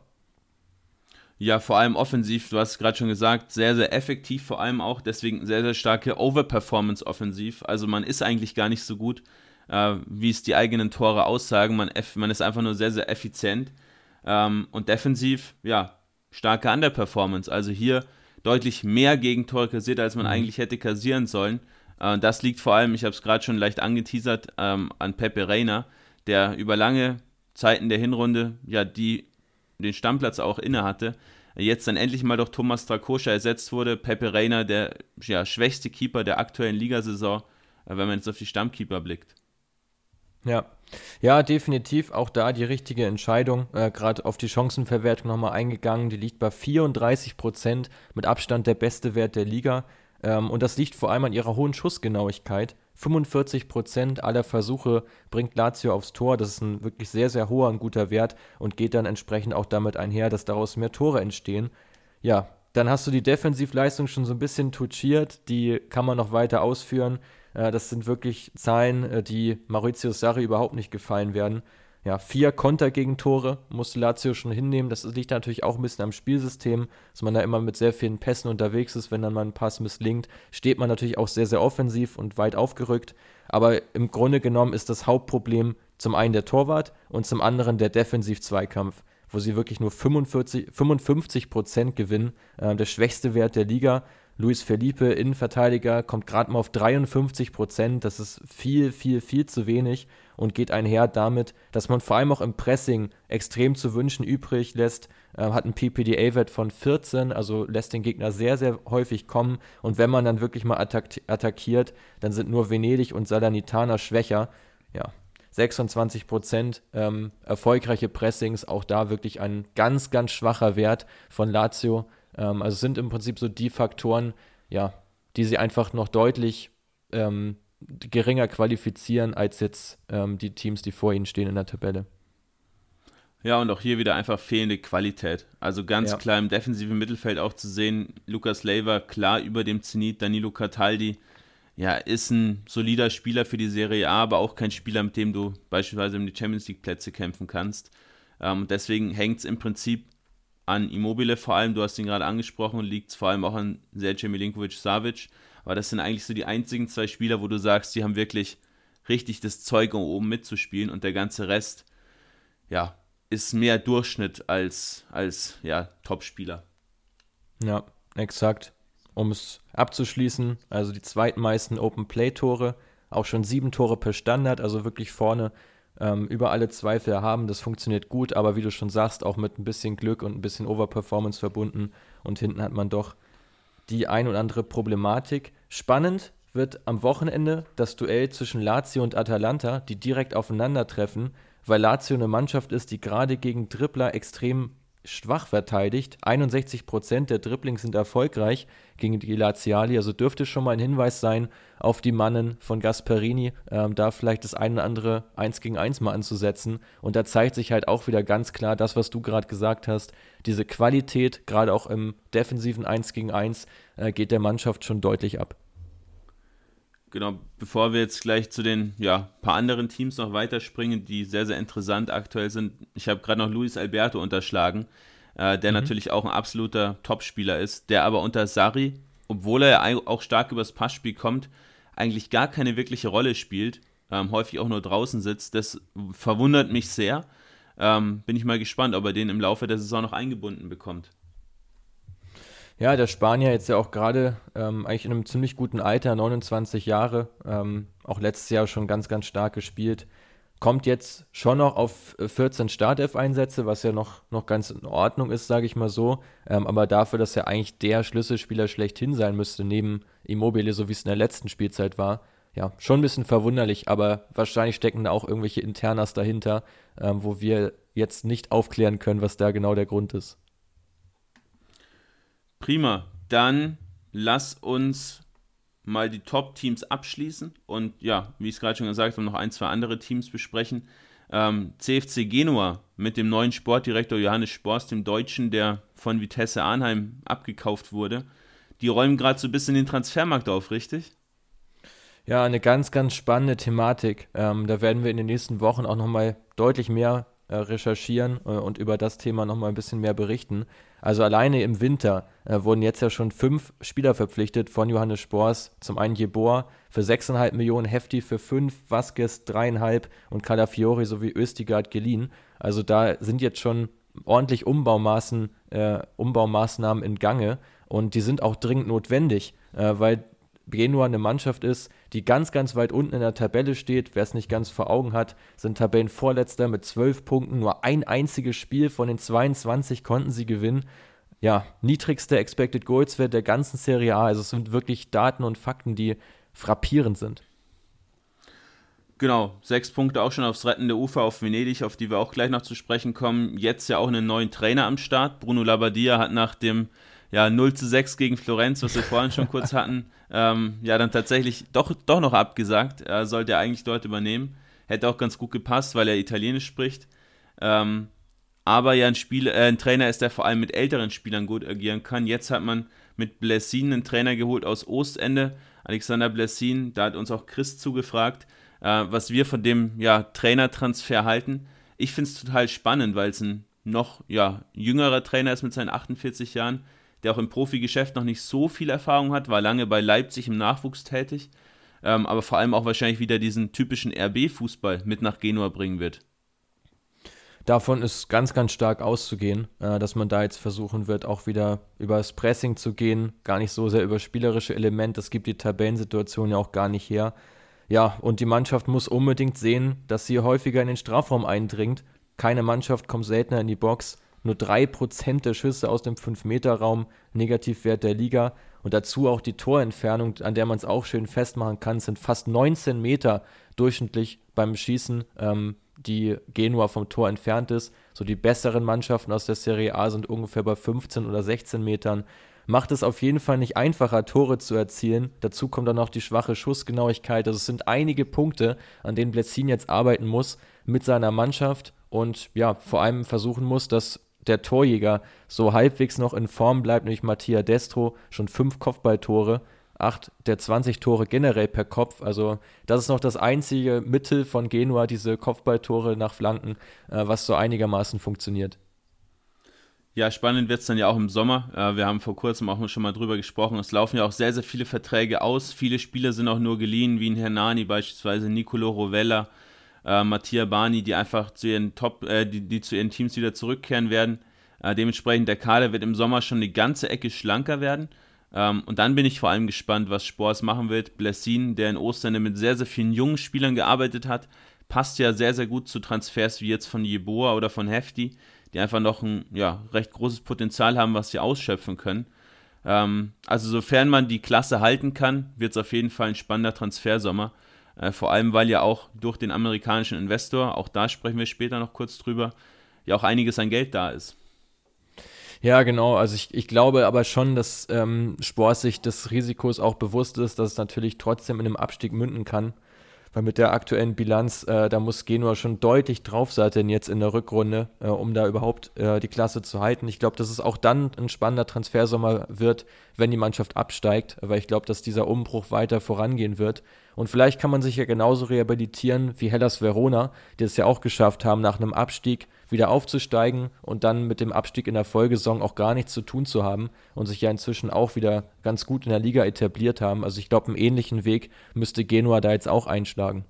S3: Ja, vor allem offensiv, du hast gerade schon gesagt, sehr, sehr effektiv, vor allem auch deswegen sehr, sehr starke Overperformance offensiv. Also man ist eigentlich gar nicht so gut, äh, wie es die eigenen Tore aussagen. Man, man ist einfach nur sehr, sehr effizient. Ähm, und defensiv, ja, starke Underperformance. Also hier deutlich mehr Gegentore kassiert, als man mhm. eigentlich hätte kassieren sollen. Äh, das liegt vor allem, ich habe es gerade schon leicht angeteasert, ähm, an Pepe Reina, der über lange Zeiten der Hinrunde ja die den Stammplatz auch inne hatte, jetzt dann endlich mal durch Thomas Strakosha ersetzt wurde. Pepe Reina, der ja, schwächste Keeper der aktuellen Ligasaison, wenn man jetzt auf die Stammkeeper blickt.
S1: Ja, ja, definitiv auch da die richtige Entscheidung, äh, gerade auf die Chancenverwertung nochmal eingegangen, die liegt bei vierunddreißig Prozent, mit Abstand der beste Wert der Liga, ähm, und das liegt vor allem an ihrer hohen Schussgenauigkeit. fünfundvierzig Prozent aller Versuche bringt Lazio aufs Tor. Das ist ein wirklich sehr, sehr hoher und guter Wert und geht dann entsprechend auch damit einher, dass daraus mehr Tore entstehen. Ja, dann hast du die Defensivleistung schon so ein bisschen touchiert. Die kann man noch weiter ausführen. Äh, das sind wirklich Zahlen, die Maurizio Sarri überhaupt nicht gefallen werden. Ja, vier Kontergegentore musste Lazio schon hinnehmen. Das liegt natürlich auch ein bisschen am Spielsystem, dass man da immer mit sehr vielen Pässen unterwegs ist. Wenn dann mal ein Pass misslingt, steht man natürlich auch sehr, sehr offensiv und weit aufgerückt. Aber im Grunde genommen ist das Hauptproblem zum einen der Torwart und zum anderen der Defensiv-Zweikampf, wo sie wirklich nur fünfundvierzig, fünfundfünfzig Prozent gewinnen. Äh, der schwächste Wert der Liga. Luis Felipe, Innenverteidiger, kommt gerade mal auf dreiundfünfzig Prozent. Das ist viel, viel, viel zu wenig und geht einher damit, dass man vor allem auch im Pressing extrem zu wünschen übrig lässt. Äh, hat einen P P D A-Wert von vierzehn, also lässt den Gegner sehr, sehr häufig kommen. Und wenn man dann wirklich mal attack- attackiert, dann sind nur Venedig und Salernitana schwächer. Ja, sechsundzwanzig Prozent ähm, erfolgreiche Pressings, auch da wirklich ein ganz, ganz schwacher Wert von Lazio. Ähm, also sind im Prinzip so die Faktoren, ja, die sie einfach noch deutlich ähm, geringer qualifizieren als jetzt ähm, die Teams, die vor ihnen stehen in der Tabelle.
S3: Ja, und auch hier wieder einfach fehlende Qualität. Also ganz ja. klar im defensiven Mittelfeld auch zu sehen, Lukas Leiva klar über dem Zenit, Danilo Cataldi, ja, ist ein solider Spieler für die Serie A, aber auch kein Spieler, mit dem du beispielsweise um die Champions League Plätze kämpfen kannst. Ähm, deswegen hängt es im Prinzip an Immobile vor allem, du hast ihn gerade angesprochen, liegt es vor allem auch an Sergej Milinkovic-Savic, aber das sind eigentlich so die einzigen zwei Spieler, wo du sagst, die haben wirklich richtig das Zeug, um oben mitzuspielen und der ganze Rest, ja, ist mehr Durchschnitt als, als ja, Top-Spieler.
S1: Ja, exakt. Um es abzuschließen, also die zweitmeisten Open-Play-Tore, auch schon sieben Tore per Standard, also wirklich vorne ähm, über alle Zweifel haben, das funktioniert gut, aber wie du schon sagst, auch mit ein bisschen Glück und ein bisschen Overperformance verbunden und hinten hat man doch die ein oder andere Problematik. Spannend wird am Wochenende das Duell zwischen Lazio und Atalanta, die direkt aufeinandertreffen, weil Lazio eine Mannschaft ist, die gerade gegen Dribbler extrem schwach verteidigt. einundsechzig Prozent der Dribblings sind erfolgreich gegen die Laziali, also dürfte schon mal ein Hinweis sein auf die Mannen von Gasperini, ähm, da vielleicht das eine oder andere eins gegen eins mal anzusetzen. Und da zeigt sich halt auch wieder ganz klar das, was du gerade gesagt hast, diese Qualität, gerade auch im defensiven eins gegen eins, äh, geht der Mannschaft schon deutlich ab.
S3: Genau, bevor wir jetzt gleich zu den ja, paar anderen Teams noch weiterspringen, die sehr, sehr interessant aktuell sind. Ich habe gerade noch Luis Alberto unterschlagen, äh, der mhm. natürlich auch ein absoluter Topspieler ist, der aber unter Sarri, obwohl er auch stark übers Passspiel kommt, eigentlich gar keine wirkliche Rolle spielt, ähm, häufig auch nur draußen sitzt. Das verwundert mich sehr. Ähm, bin ich mal gespannt, ob er den im Laufe der Saison noch eingebunden bekommt.
S1: Ja, der Spanier jetzt ja auch gerade ähm, eigentlich in einem ziemlich guten Alter, neunundzwanzig Jahre, ähm, auch letztes Jahr schon ganz, ganz stark gespielt. Kommt jetzt schon noch auf vierzehn Startelf-Einsätze, was ja noch, noch ganz in Ordnung ist, sage ich mal so. Ähm, aber dafür, dass er eigentlich der Schlüsselspieler schlechthin sein müsste, neben Immobile, so wie es in der letzten Spielzeit war, ja, schon ein bisschen verwunderlich, aber wahrscheinlich stecken da auch irgendwelche Internas dahinter, ähm, wo wir jetzt nicht aufklären können, was da genau der Grund ist.
S3: Prima, dann lass uns mal die Top-Teams abschließen und ja, wie ich es gerade schon gesagt habe, noch ein, zwei andere Teams besprechen. Ähm, C F C Genua mit dem neuen Sportdirektor Johannes Sporst, dem Deutschen, der von Vitesse Arnheim abgekauft wurde. Die räumen gerade so ein bisschen den Transfermarkt auf, richtig?
S1: Ja, eine ganz, ganz spannende Thematik. Ähm, da werden wir in den nächsten Wochen auch nochmal deutlich mehr äh, recherchieren äh, und über das Thema nochmal ein bisschen mehr berichten. Also alleine im Winter äh, wurden jetzt ja schon fünf Spieler verpflichtet von Johannes Spors. Zum einen Jeboa für sechs Komma fünf Millionen, Hefti für fünf, Vasquez drei Komma fünf und Calafiori sowie Östigard geliehen. Also da sind jetzt schon ordentlich Umbaumaßen, äh, Umbaumaßnahmen in Gange und die sind auch dringend notwendig, äh, weil Genua eine Mannschaft ist, die ganz, ganz weit unten in der Tabelle steht. Wer es nicht ganz vor Augen hat, sind Tabellenvorletzter mit zwölf Punkten. Nur ein einziges Spiel von den zweiundzwanzig konnten sie gewinnen. Ja, niedrigster Expected Goals Wert der ganzen Serie A. Also es sind wirklich Daten und Fakten, die frappierend sind.
S3: Genau, sechs Punkte auch schon aufs rettende Ufer auf Venedig, auf die wir auch gleich noch zu sprechen kommen. Jetzt ja auch einen neuen Trainer am Start. Bruno Labbadia hat nach dem ja, null zu sechs gegen Florenz, was wir vorhin schon kurz hatten, ähm, ja, dann tatsächlich doch, doch noch abgesagt. Er sollte er eigentlich dort übernehmen. Hätte auch ganz gut gepasst, weil er Italienisch spricht. Ähm, aber ja, ein, Spiel, äh, ein Trainer ist, der vor allem mit älteren Spielern gut agieren kann. Jetzt hat man mit Blessin einen Trainer geholt aus Ostende, Alexander Blessin. Da hat uns auch Chris zugefragt, äh, was wir von dem ja, Trainertransfer halten. Ich finde es total spannend, weil es ein noch ja, jüngerer Trainer ist mit seinen achtundvierzig Jahren, der auch im Profigeschäft noch nicht so viel Erfahrung hat, war lange bei Leipzig im Nachwuchs tätig, ähm, aber vor allem auch wahrscheinlich wieder diesen typischen R B-Fußball mit nach Genua bringen wird.
S1: Davon ist ganz, ganz stark auszugehen, äh, dass man da jetzt versuchen wird, auch wieder über das Pressing zu gehen, gar nicht so sehr über spielerische Elemente, das gibt die Tabellensituation ja auch gar nicht her. Ja, und die Mannschaft muss unbedingt sehen, dass sie häufiger in den Strafraum eindringt. Keine Mannschaft kommt seltener in die Box. Nur drei Prozent der Schüsse aus dem fünf Meter Raum, Negativwert der Liga. Und dazu auch die Torentfernung, an der man es auch schön festmachen kann, sind fast neunzehn Meter durchschnittlich beim Schießen, ähm, die Genua vom Tor entfernt ist. So die besseren Mannschaften aus der Serie A sind ungefähr bei fünfzehn oder sechzehn Metern. Macht es auf jeden Fall nicht einfacher, Tore zu erzielen. Dazu kommt dann noch die schwache Schussgenauigkeit. Also es sind einige Punkte, an denen Blessin jetzt arbeiten muss mit seiner Mannschaft und ja, vor allem versuchen muss, dass der Torjäger so halbwegs noch in Form bleibt, nämlich Mattia Destro, schon fünf Kopfballtore, acht der zwanzig Tore generell per Kopf, also das ist noch das einzige Mittel von Genua, diese Kopfballtore nach Flanken, äh, was so einigermaßen funktioniert.
S3: Ja, spannend wird es dann ja auch im Sommer. Äh, wir haben vor kurzem auch schon mal drüber gesprochen. Es laufen ja auch sehr, sehr viele Verträge aus. Viele Spieler sind auch nur geliehen, wie ein Hernani beispielsweise, Nicolo Rovella, äh, Mattia Bani, die einfach zu ihren Top, äh, die, die zu ihren Teams wieder zurückkehren werden. Äh, dementsprechend der Kader wird im Sommer schon eine ganze Ecke schlanker werden. Ähm, und dann bin ich vor allem gespannt, was Spors machen wird. Blessin, der in Ostende mit sehr, sehr vielen jungen Spielern gearbeitet hat, passt ja sehr, sehr gut zu Transfers wie jetzt von Jeboa oder von Hefti, die einfach noch ein ja, recht großes Potenzial haben, was sie ausschöpfen können. Ähm, also sofern man die Klasse halten kann, wird es auf jeden Fall ein spannender Transfersommer. Äh, vor allem, weil ja auch durch den amerikanischen Investor, auch da sprechen wir später noch kurz drüber, ja auch einiges an Geld da ist.
S1: Ja, genau. Also ich, ich glaube aber schon, dass ähm, Spors sich des Risikos auch bewusst ist, dass es natürlich trotzdem in einem Abstieg münden kann. Weil mit der aktuellen Bilanz, äh, da muss Genua schon deutlich draufsatteln jetzt in der Rückrunde, äh, um da überhaupt äh, die Klasse zu halten. Ich glaube, dass es auch dann ein spannender Transfersommer wird, wenn die Mannschaft absteigt, weil ich glaube, dass dieser Umbruch weiter vorangehen wird. Und vielleicht kann man sich ja genauso rehabilitieren wie Hellas Verona, die es ja auch geschafft haben, nach einem Abstieg wieder aufzusteigen und dann mit dem Abstieg in der Folgesaison auch gar nichts zu tun zu haben und sich ja inzwischen auch wieder ganz gut in der Liga etabliert haben. Also ich glaube, einen ähnlichen Weg müsste Genua da jetzt auch einschlagen.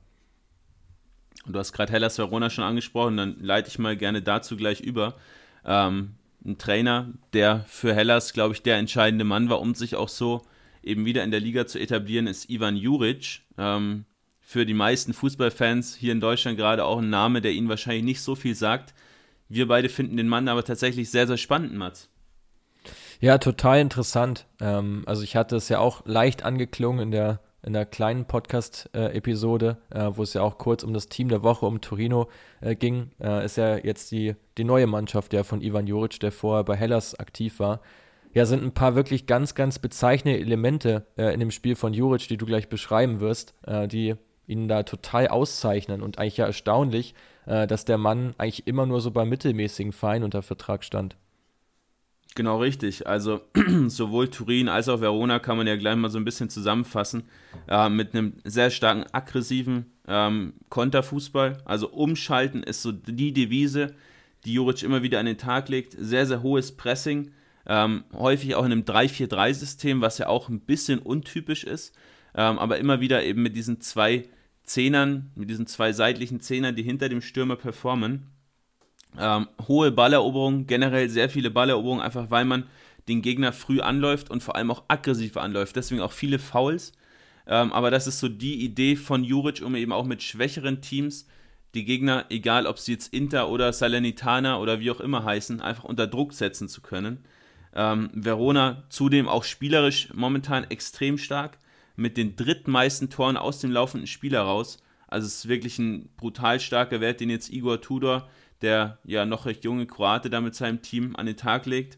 S3: Du hast gerade Hellas Verona schon angesprochen, dann leite ich mal gerne dazu gleich über. Ähm, ein Trainer, der für Hellas, glaube ich, der entscheidende Mann war, um sich auch so eben wieder in der Liga zu etablieren, ist Ivan Juric. Ähm, für die meisten Fußballfans hier in Deutschland gerade auch ein Name, der ihnen wahrscheinlich nicht so viel sagt. Wir beide finden den Mann aber tatsächlich sehr, sehr spannend, Mats.
S1: Ja, total interessant. Ähm, also ich hatte es ja auch leicht angeklungen in der in einer kleinen Podcast-Episode, äh, wo es ja auch kurz um das Team der Woche, um Torino äh, ging, äh, ist ja jetzt die, die neue Mannschaft, der von Ivan Juric, der vorher bei Hellas aktiv war. Ja, sind ein paar wirklich ganz, ganz bezeichnende Elemente äh, in dem Spiel von Juric, die du gleich beschreiben wirst, äh, die ihn da total auszeichnen und eigentlich ja erstaunlich, äh, dass der Mann eigentlich immer nur so bei mittelmäßigen Vereinen unter Vertrag stand.
S3: Genau richtig, also sowohl Turin als auch Verona kann man ja gleich mal so ein bisschen zusammenfassen, äh, mit einem sehr starken, aggressiven ähm, Konterfußball, also umschalten ist so die Devise, die Juric immer wieder an den Tag legt, sehr, sehr hohes Pressing, ähm, häufig auch in einem drei vier drei System, was ja auch ein bisschen untypisch ist, ähm, aber immer wieder eben mit diesen zwei Zehnern, mit diesen zwei seitlichen Zehnern, die hinter dem Stürmer performen. Ähm, hohe Balleroberung, generell sehr viele Balleroberungen, einfach weil man den Gegner früh anläuft und vor allem auch aggressiv anläuft, deswegen auch viele Fouls, ähm, aber das ist so die Idee von Juric, um eben auch mit schwächeren Teams die Gegner, egal ob sie jetzt Inter oder Salernitana oder wie auch immer heißen, einfach unter Druck setzen zu können. Ähm, Verona zudem auch spielerisch momentan extrem stark, mit den drittmeisten Toren aus dem laufenden Spiel heraus. Also es ist wirklich ein brutal starker Wert, den jetzt Igor Tudor, der ja noch recht junge Kroate, da mit seinem Team an den Tag legt.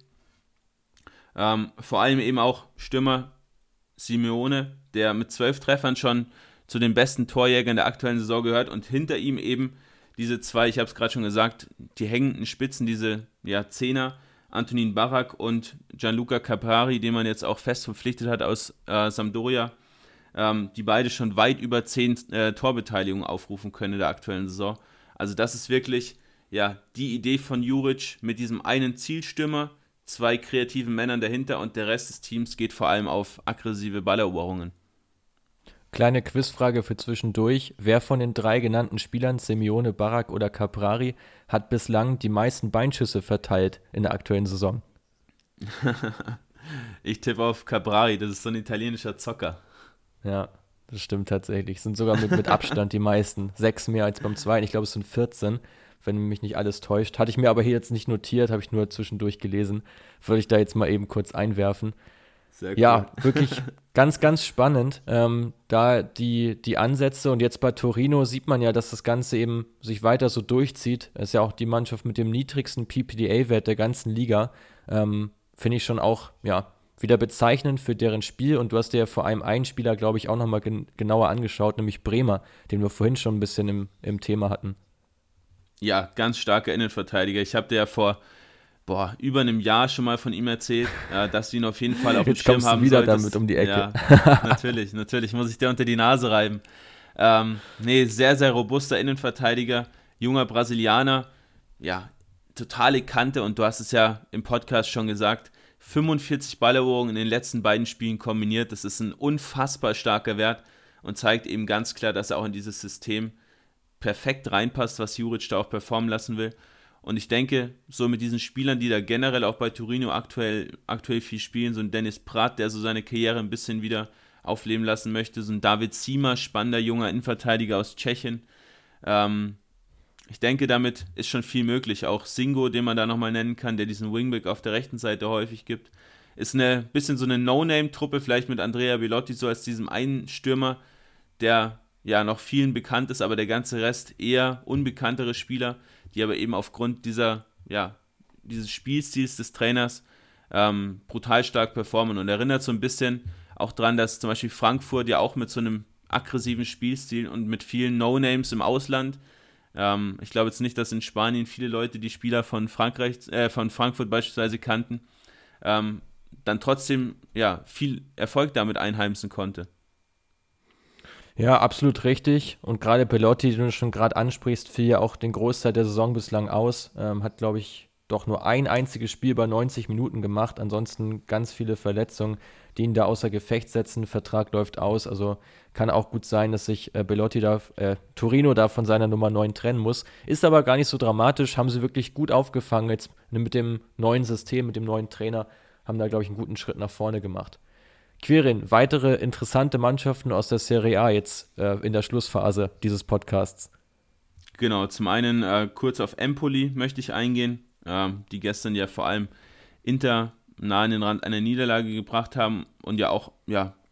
S3: Ähm, vor allem eben auch Stürmer Simeone, der mit zwölf Treffern schon zu den besten Torjägern der aktuellen Saison gehört und hinter ihm eben diese zwei, ich habe es gerade schon gesagt, die hängenden Spitzen, diese ja, Zehner, Antonin Barak und Gianluca Caprari, den man jetzt auch fest verpflichtet hat aus äh, Sampdoria, ähm, die beide schon weit über zehn äh, Torbeteiligungen aufrufen können in der aktuellen Saison. Also das ist wirklich ja, die Idee von Juric mit diesem einen Zielstürmer, zwei kreativen Männern dahinter und der Rest des Teams geht vor allem auf aggressive Balleroberungen.
S1: Kleine Quizfrage für zwischendurch. Wer von den drei genannten Spielern, Simeone, Barak oder Caprari, hat bislang die meisten Beinschüsse verteilt in der aktuellen Saison?
S3: Ich tippe auf Caprari, das ist so ein italienischer Zocker.
S1: Ja, das stimmt tatsächlich. Sind sogar mit, mit Abstand die meisten. Sechs mehr als beim zweiten. Ich glaube, es sind vierzehn, wenn mich nicht alles täuscht. Hatte ich mir aber hier jetzt nicht notiert, habe ich nur zwischendurch gelesen. Würde ich da jetzt mal eben kurz einwerfen. Sehr cool. Ja, wirklich ganz, ganz spannend. Ähm, da die, die Ansätze und jetzt bei Torino sieht man ja, dass das Ganze eben sich weiter so durchzieht. Es ist ja auch die Mannschaft mit dem niedrigsten P P D A-Wert der ganzen Liga. Ähm, finde ich schon auch, ja, wieder bezeichnend für deren Spiel. Und du hast dir ja vor allem einen Spieler, glaube ich, auch nochmal gen- genauer angeschaut, nämlich Bremer, den wir vorhin schon ein bisschen im, im Thema hatten.
S3: Ja, ganz starker Innenverteidiger. Ich habe dir ja vor boah, über einem Jahr schon mal von ihm erzählt, äh, dass du ihn auf jeden Fall auf dem Schirm haben
S1: wieder
S3: solltest.
S1: Damit um die Ecke.
S3: Ja, natürlich, natürlich, muss ich dir unter die Nase reiben. Ähm, nee, sehr, sehr robuster Innenverteidiger, junger Brasilianer, ja, totale Kante und du hast es ja im Podcast schon gesagt, fünfundvierzig Balleroberungen in den letzten beiden Spielen kombiniert, das ist ein unfassbar starker Wert und zeigt eben ganz klar, dass er auch in dieses System perfekt reinpasst, was Juric da auch performen lassen will. Und ich denke, so mit diesen Spielern, die da generell auch bei Torino aktuell, aktuell viel spielen, so ein Dennis Prat, der so seine Karriere ein bisschen wieder aufleben lassen möchte, so ein David Sima, spannender junger Innenverteidiger aus Tschechien. Ähm, ich denke, damit ist schon viel möglich. Auch Singo, den man da nochmal nennen kann, der diesen Wingback auf der rechten Seite häufig gibt, ist eine bisschen so eine No-Name-Truppe, vielleicht mit Andrea Belotti so als diesem einen Stürmer, der ja noch vielen bekannt ist, aber der ganze Rest eher unbekanntere Spieler, die aber eben aufgrund dieser, ja, dieses Spielstils des Trainers ähm, brutal stark performen und erinnert so ein bisschen auch daran, dass zum Beispiel Frankfurt ja auch mit so einem aggressiven Spielstil und mit vielen No-Names im Ausland, ähm, ich glaube jetzt nicht, dass in Spanien viele Leute die Spieler von Frankreich, äh, von Frankfurt beispielsweise kannten, ähm, dann trotzdem ja, viel Erfolg damit einheimsen konnte.
S1: Ja, absolut richtig. Und gerade Belotti, den du schon gerade ansprichst, fiel ja auch den Großteil der Saison bislang aus. Ähm, hat, glaube ich, doch nur ein einziges Spiel bei neunzig Minuten gemacht. Ansonsten ganz viele Verletzungen, die ihn da außer Gefecht setzen. Vertrag läuft aus. Also kann auch gut sein, dass sich äh, Belotti da, äh, Torino da von seiner Nummer neun trennen muss. Ist aber gar nicht so dramatisch. Haben sie wirklich gut aufgefangen. Jetzt mit dem neuen System, mit dem neuen Trainer, haben da, glaube ich, einen guten Schritt nach vorne gemacht. Quirin, weitere interessante Mannschaften aus der Serie A jetzt äh, in der Schlussphase dieses Podcasts.
S3: Genau, zum einen äh, kurz auf Empoli möchte ich eingehen, äh, die gestern ja vor allem Inter nah an den Rand einer Niederlage gebracht haben und ja auch ja,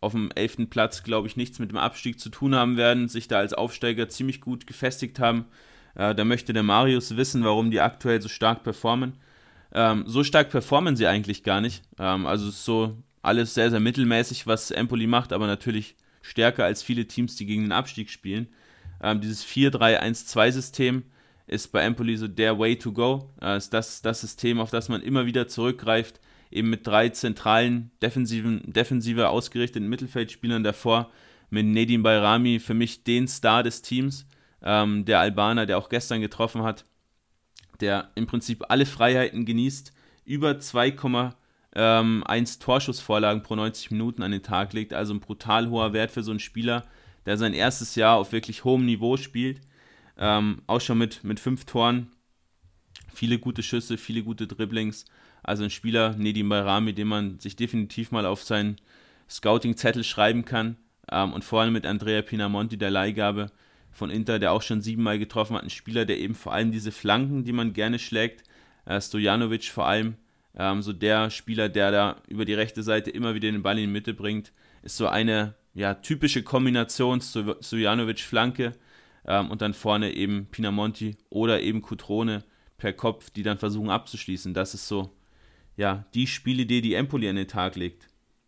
S3: auf dem elften Platz, glaube ich, nichts mit dem Abstieg zu tun haben werden, sich da als Aufsteiger ziemlich gut gefestigt haben. Äh, da möchte der Marius wissen, warum die aktuell so stark performen. Ähm, so stark performen sie eigentlich gar nicht. Ähm, also es ist so alles sehr, sehr mittelmäßig, was Empoli macht, aber natürlich stärker als viele Teams, die gegen den Abstieg spielen. Ähm, dieses vier drei eins zwei System ist bei Empoli so der Way to go. Äh, ist das, das System, auf das man immer wieder zurückgreift, eben mit drei zentralen, defensiven, defensiver ausgerichteten Mittelfeldspielern davor, mit Nedim Bayrami, für mich den Star des Teams, ähm, der Albaner, der auch gestern getroffen hat, der im Prinzip alle Freiheiten genießt, über zwei Komma eins Torschussvorlagen pro neunzig Minuten an den Tag legt, also ein brutal hoher Wert für so einen Spieler, der sein erstes Jahr auf wirklich hohem Niveau spielt, ähm, auch schon mit, mit fünf Toren, viele gute Schüsse, viele gute Dribblings, also ein Spieler, Nedim Bayrami, den man sich definitiv mal auf seinen Scouting-Zettel schreiben kann, ähm, und vorne mit Andrea Pinamonti, der Leihgabe von Inter, der auch schon siebenmal getroffen hat, ein Spieler, der eben vor allem diese Flanken, die man gerne schlägt, äh, Stojanovic vor allem, ähm, so der Spieler, der da über die rechte Seite immer wieder den Ball in die Mitte bringt, ist so eine ja, typische Kombination Stojanovic-Flanke ähm, und dann vorne eben Pinamonti oder eben Cutrone per Kopf, die dann versuchen abzuschließen. Das ist so ja, die Spielidee, die Empoli an den Tag legt.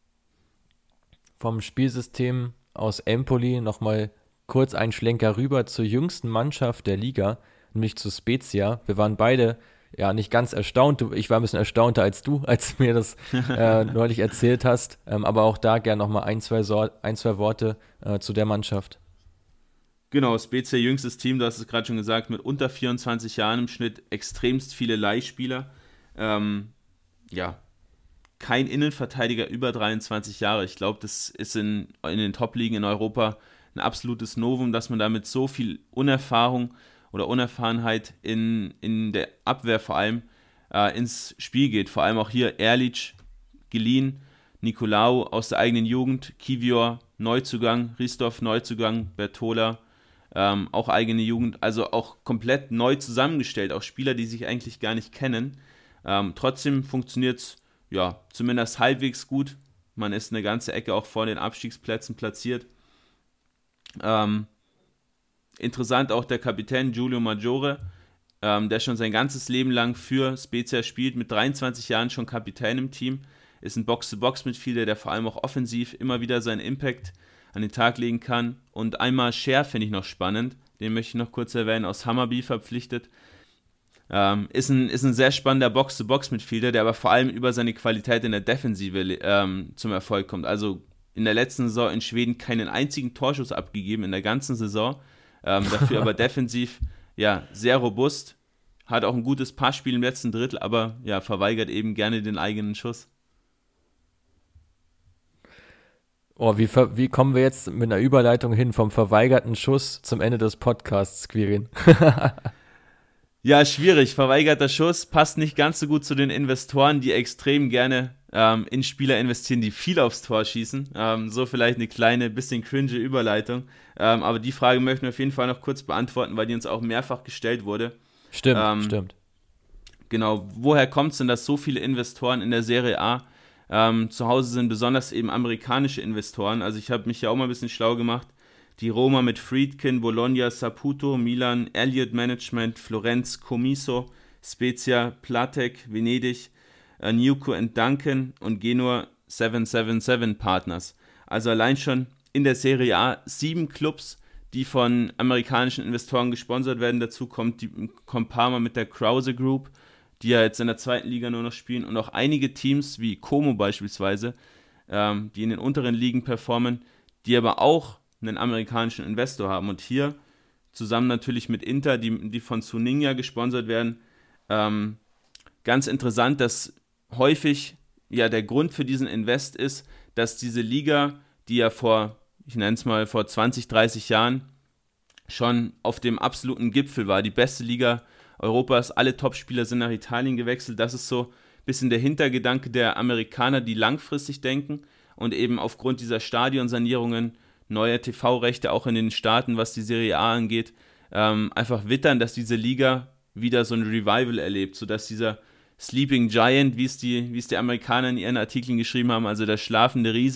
S1: Vom Spielsystem aus Empoli nochmal kurz ein Schlenker rüber zur jüngsten Mannschaft der Liga, nämlich zu Spezia. Wir waren beide ja nicht ganz erstaunt. Ich war ein bisschen erstaunter als du, als du mir das äh, neulich erzählt hast. Ähm, aber auch da gerne nochmal ein, zwei, so- ein, zwei Worte äh, zu der Mannschaft.
S3: Genau, Spezia jüngstes Team, du hast es gerade schon gesagt, mit unter vierundzwanzig Jahren im Schnitt, extremst viele Leihspieler. Ähm, ja, kein Innenverteidiger über dreiundzwanzig Jahre. Ich glaube, das ist in, in den Top-Ligen in Europa ein absolutes Novum, dass man damit so viel Unerfahrung oder Unerfahrenheit in, in der Abwehr vor allem äh, ins Spiel geht. Vor allem auch hier Erlic geliehen, Nicolaou aus der eigenen Jugend, Kivior Neuzugang, Christoph Neuzugang, Bertola ähm, auch eigene Jugend, also auch komplett neu zusammengestellt, auch Spieler, die sich eigentlich gar nicht kennen. Ähm, trotzdem funktioniert es ja, zumindest halbwegs gut. Man ist eine ganze Ecke auch vor den Abstiegsplätzen platziert. Ähm, interessant auch der Kapitän Giulio Maggiore, ähm, der schon sein ganzes Leben lang für Spezia spielt, mit dreiundzwanzig Jahren schon Kapitän im Team, ist ein Box-to-Box-Mitspieler, der vor allem auch offensiv immer wieder seinen Impact an den Tag legen kann. Und einmal Scher finde ich noch spannend, den möchte ich noch kurz erwähnen, aus Hammarby verpflichtet. Ähm, ist, ein, ist ein sehr spannender Box-to-Box-Mitspieler, der aber vor allem über seine Qualität in der Defensive ähm, zum Erfolg kommt. Also in der letzten Saison in Schweden keinen einzigen Torschuss abgegeben in der ganzen Saison. Ähm, dafür aber defensiv ja sehr robust, hat auch ein gutes Passspiel im letzten Drittel, aber ja verweigert eben gerne den eigenen Schuss.
S1: Oh, wie, ver- wie kommen wir jetzt mit einer Überleitung hin vom verweigerten Schuss zum Ende des Podcasts, Quirin?
S3: Ja, schwierig. Verweigerter Schuss passt nicht ganz so gut zu den Investoren, die extrem gerne ähm, in Spieler investieren, die viel aufs Tor schießen. Ähm, so vielleicht eine kleine, bisschen cringe Überleitung. Ähm, aber die Frage möchten wir auf jeden Fall noch kurz beantworten, weil die uns auch mehrfach gestellt wurde.
S1: Stimmt,
S3: ähm,
S1: stimmt.
S3: Genau, woher kommt es denn, dass so viele Investoren in der Serie A ähm, zu Hause sind, besonders eben amerikanische Investoren? Also ich habe mich ja auch mal ein bisschen schlau gemacht. Die Roma mit Friedkin, Bologna, Saputo, Milan, Elliott Management, Florenz, Comiso, Spezia, Platek, Venedig, uh, Newco and Duncan und Genua sieben sieben sieben Partners. Also allein schon in der Serie A sieben Clubs, die von amerikanischen Investoren gesponsert werden. Dazu kommt, die, kommt Parma mit der Krause Group, die ja jetzt in der zweiten Liga nur noch spielen, und auch einige Teams wie Como beispielsweise, ähm, die in den unteren Ligen performen, die aber auch einen amerikanischen Investor haben. Und hier zusammen natürlich mit Inter, die, die von Suninga gesponsert werden, ähm, ganz interessant, dass häufig ja der Grund für diesen Invest ist, dass diese Liga, die ja vor, ich nenne es mal, vor zwanzig, dreißig Jahren schon auf dem absoluten Gipfel war, die beste Liga Europas, alle Topspieler sind nach Italien gewechselt. Das ist so ein bisschen der Hintergedanke der Amerikaner, die langfristig denken und eben aufgrund dieser Stadionsanierungen, neue T V-Rechte auch in den Staaten, was die Serie A angeht, ähm, einfach wittern, dass diese Liga wieder so ein Revival erlebt, sodass dieser Sleeping Giant, wie es die, wie es die Amerikaner in ihren Artikeln geschrieben haben, also der schlafende Riese,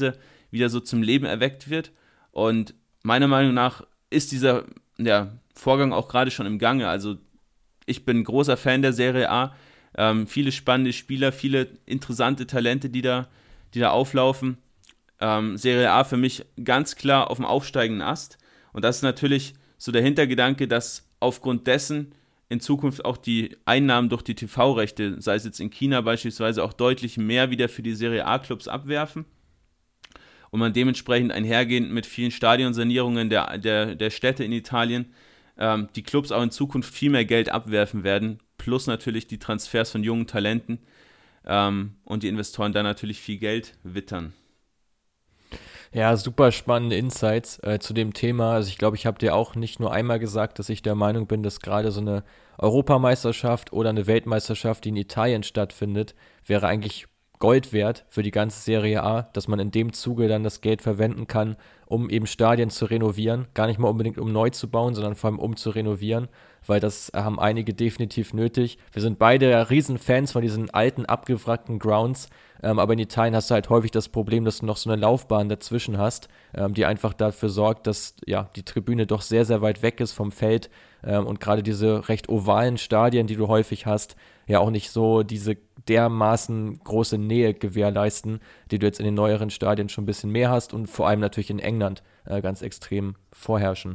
S3: wieder so zum Leben erweckt wird. Und meiner Meinung nach ist dieser ja, Vorgang auch gerade schon im Gange. Also ich bin großer Fan der Serie A. Ähm, viele spannende Spieler, viele interessante Talente, die da, die da auflaufen. Ähm, Serie A für mich ganz klar auf dem aufsteigenden Ast. Und das ist natürlich so der Hintergedanke, dass aufgrund dessen in Zukunft auch die Einnahmen durch die T V-Rechte, sei es jetzt in China beispielsweise, auch deutlich mehr wieder für die Serie A-Clubs abwerfen und man dementsprechend einhergehend mit vielen Stadionsanierungen der, der, der Städte in Italien ähm, die Clubs auch in Zukunft viel mehr Geld abwerfen werden, plus natürlich die Transfers von jungen Talenten ähm, und die Investoren da natürlich viel Geld wittern.
S1: Ja, super spannende Insights äh, zu dem Thema. Also ich glaube, ich habe dir auch nicht nur einmal gesagt, dass ich der Meinung bin, dass gerade so eine Europameisterschaft oder eine Weltmeisterschaft, die in Italien stattfindet, wäre eigentlich Gold wert für die ganze Serie A, dass man in dem Zuge dann das Geld verwenden kann, um eben Stadien zu renovieren. Gar nicht mal unbedingt um neu zu bauen, sondern vor allem um zu renovieren, weil das haben einige definitiv nötig. Wir sind beide ja Riesenfans von diesen alten, abgewrackten Grounds, ähm, aber in Italien hast du halt häufig das Problem, dass du noch so eine Laufbahn dazwischen hast, ähm, die einfach dafür sorgt, dass ja die Tribüne doch sehr, sehr weit weg ist vom Feld ähm, und gerade diese recht ovalen Stadien, die du häufig hast, ja auch nicht so diese dermaßen große Nähe gewährleisten, die du jetzt in den neueren Stadien schon ein bisschen mehr hast und vor allem natürlich in England äh, ganz extrem vorherrschen.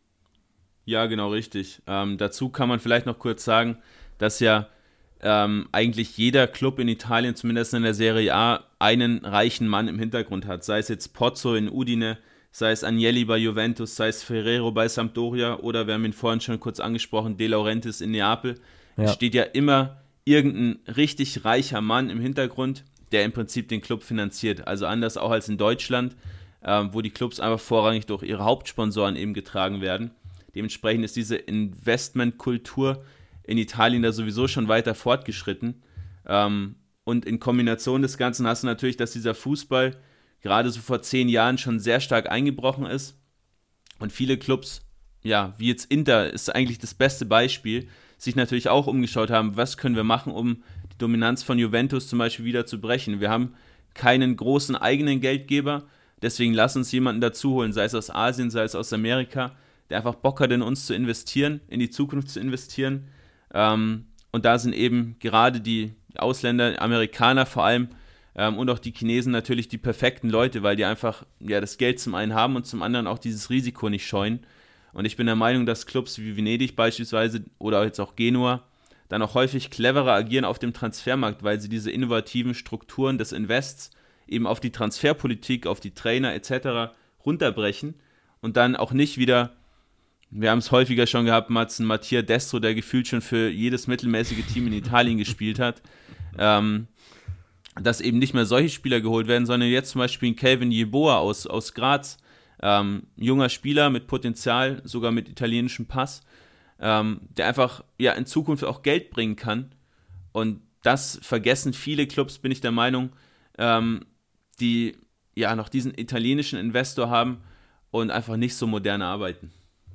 S3: Ja, genau, richtig. Ähm, dazu kann man vielleicht noch kurz sagen, dass ja ähm, eigentlich jeder Club in Italien, zumindest in der Serie A, einen reichen Mann im Hintergrund hat. Sei es jetzt Pozzo in Udine, sei es Agnelli bei Juventus, sei es Ferrero bei Sampdoria oder wir haben ihn vorhin schon kurz angesprochen, De Laurentiis in Neapel. Ja. Es steht ja immer irgendein richtig reicher Mann im Hintergrund, der im Prinzip den Club finanziert. Also anders auch als in Deutschland, äh, wo die Clubs einfach vorrangig durch ihre Hauptsponsoren eben getragen werden. Dementsprechend ist diese Investmentkultur in Italien da sowieso schon weiter fortgeschritten. Ähm, und in Kombination des Ganzen hast du natürlich, dass dieser Fußball gerade so vor zehn Jahren schon sehr stark eingebrochen ist. Und viele Clubs, ja, wie jetzt Inter, ist eigentlich das beste Beispiel, sich natürlich auch umgeschaut haben, was können wir machen, um die Dominanz von Juventus zum Beispiel wieder zu brechen. Wir haben keinen großen eigenen Geldgeber, deswegen lass uns jemanden dazu holen, sei es aus Asien, sei es aus Amerika, der einfach Bock hat, in uns zu investieren, in die Zukunft zu investieren. Ähm, und da sind eben gerade die Ausländer, Amerikaner vor allem ähm, und auch die Chinesen natürlich die perfekten Leute, weil die einfach ja, das Geld zum einen haben und zum anderen auch dieses Risiko nicht scheuen. Und ich bin der Meinung, dass Clubs wie Venedig beispielsweise oder jetzt auch Genua dann auch häufig cleverer agieren auf dem Transfermarkt, weil sie diese innovativen Strukturen des Invests eben auf die Transferpolitik, auf die Trainer et cetera runterbrechen und dann auch nicht wieder, wir haben es häufiger schon gehabt, Matzen, Mattia Destro, der gefühlt schon für jedes mittelmäßige Team in Italien gespielt hat, ähm, dass eben nicht mehr solche Spieler geholt werden, sondern jetzt zum Beispiel ein Calvin Yeboah aus, aus Graz, ähm, junger Spieler mit Potenzial, sogar mit italienischem Pass, ähm, der einfach ja in Zukunft auch Geld bringen kann. Und das vergessen viele Clubs, bin ich der Meinung, ähm, die ja noch diesen italienischen Investor haben und einfach nicht so modern arbeiten.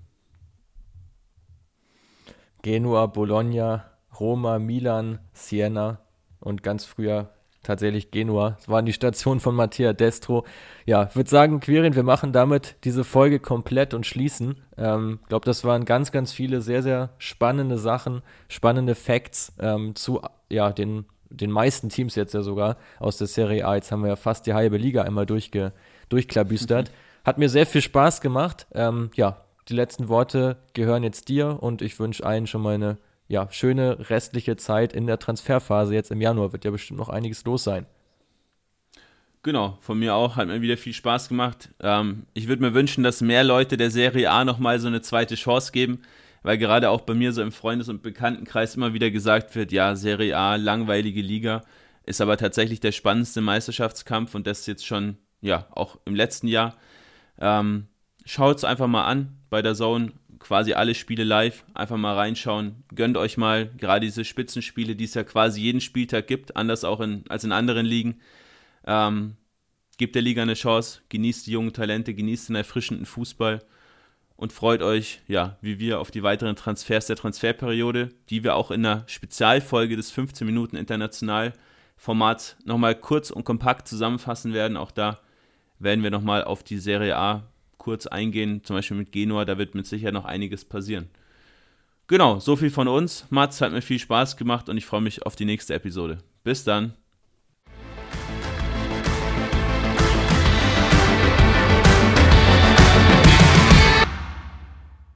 S1: Genua, Bologna, Roma, Milan, Siena und ganz früher tatsächlich Genua. Das waren die Stationen von Mattia Destro. Ja, ich würde sagen, Quirin, wir machen damit diese Folge komplett und schließen. Ich ähm, glaube, das waren ganz, ganz viele sehr, sehr spannende Sachen, spannende Facts ähm, zu ja, den, den meisten Teams jetzt ja sogar aus der Serie A. Jetzt haben wir ja fast die halbe Liga einmal durchge, durchklabüstert. Hat mir sehr viel Spaß gemacht. Ähm, ja, die letzten Worte gehören jetzt dir und ich wünsche allen schon mal eine ja, schöne restliche Zeit in der Transferphase. Jetzt im Januar wird ja bestimmt noch einiges los sein.
S3: Genau, von mir auch. Hat mir wieder viel Spaß gemacht. Ähm, ich würde mir wünschen, dass mehr Leute der Serie A nochmal so eine zweite Chance geben, weil gerade auch bei mir so im Freundes- und Bekanntenkreis immer wieder gesagt wird, ja, Serie A, langweilige Liga, ist aber tatsächlich der spannendste Meisterschaftskampf und das jetzt schon, ja, auch im letzten Jahr. Ähm, Schaut es einfach mal an bei der Zone, quasi alle Spiele live, einfach mal reinschauen, gönnt euch mal gerade diese Spitzenspiele, die es ja quasi jeden Spieltag gibt, anders auch in, als in anderen Ligen. Ähm, gebt der Liga eine Chance, genießt die jungen Talente, genießt den erfrischenden Fußball und freut euch, ja, wie wir, auf die weiteren Transfers der Transferperiode, die wir auch in einer Spezialfolge des fünfzehn Minuten International Formats nochmal kurz und kompakt zusammenfassen werden. Auch da werden wir nochmal auf die Serie A kurz eingehen, zum Beispiel mit Genua, da wird mit Sicherheit noch einiges passieren. Genau, so viel von uns. Mats, hat mir viel Spaß gemacht und ich freue mich auf die nächste Episode. Bis dann.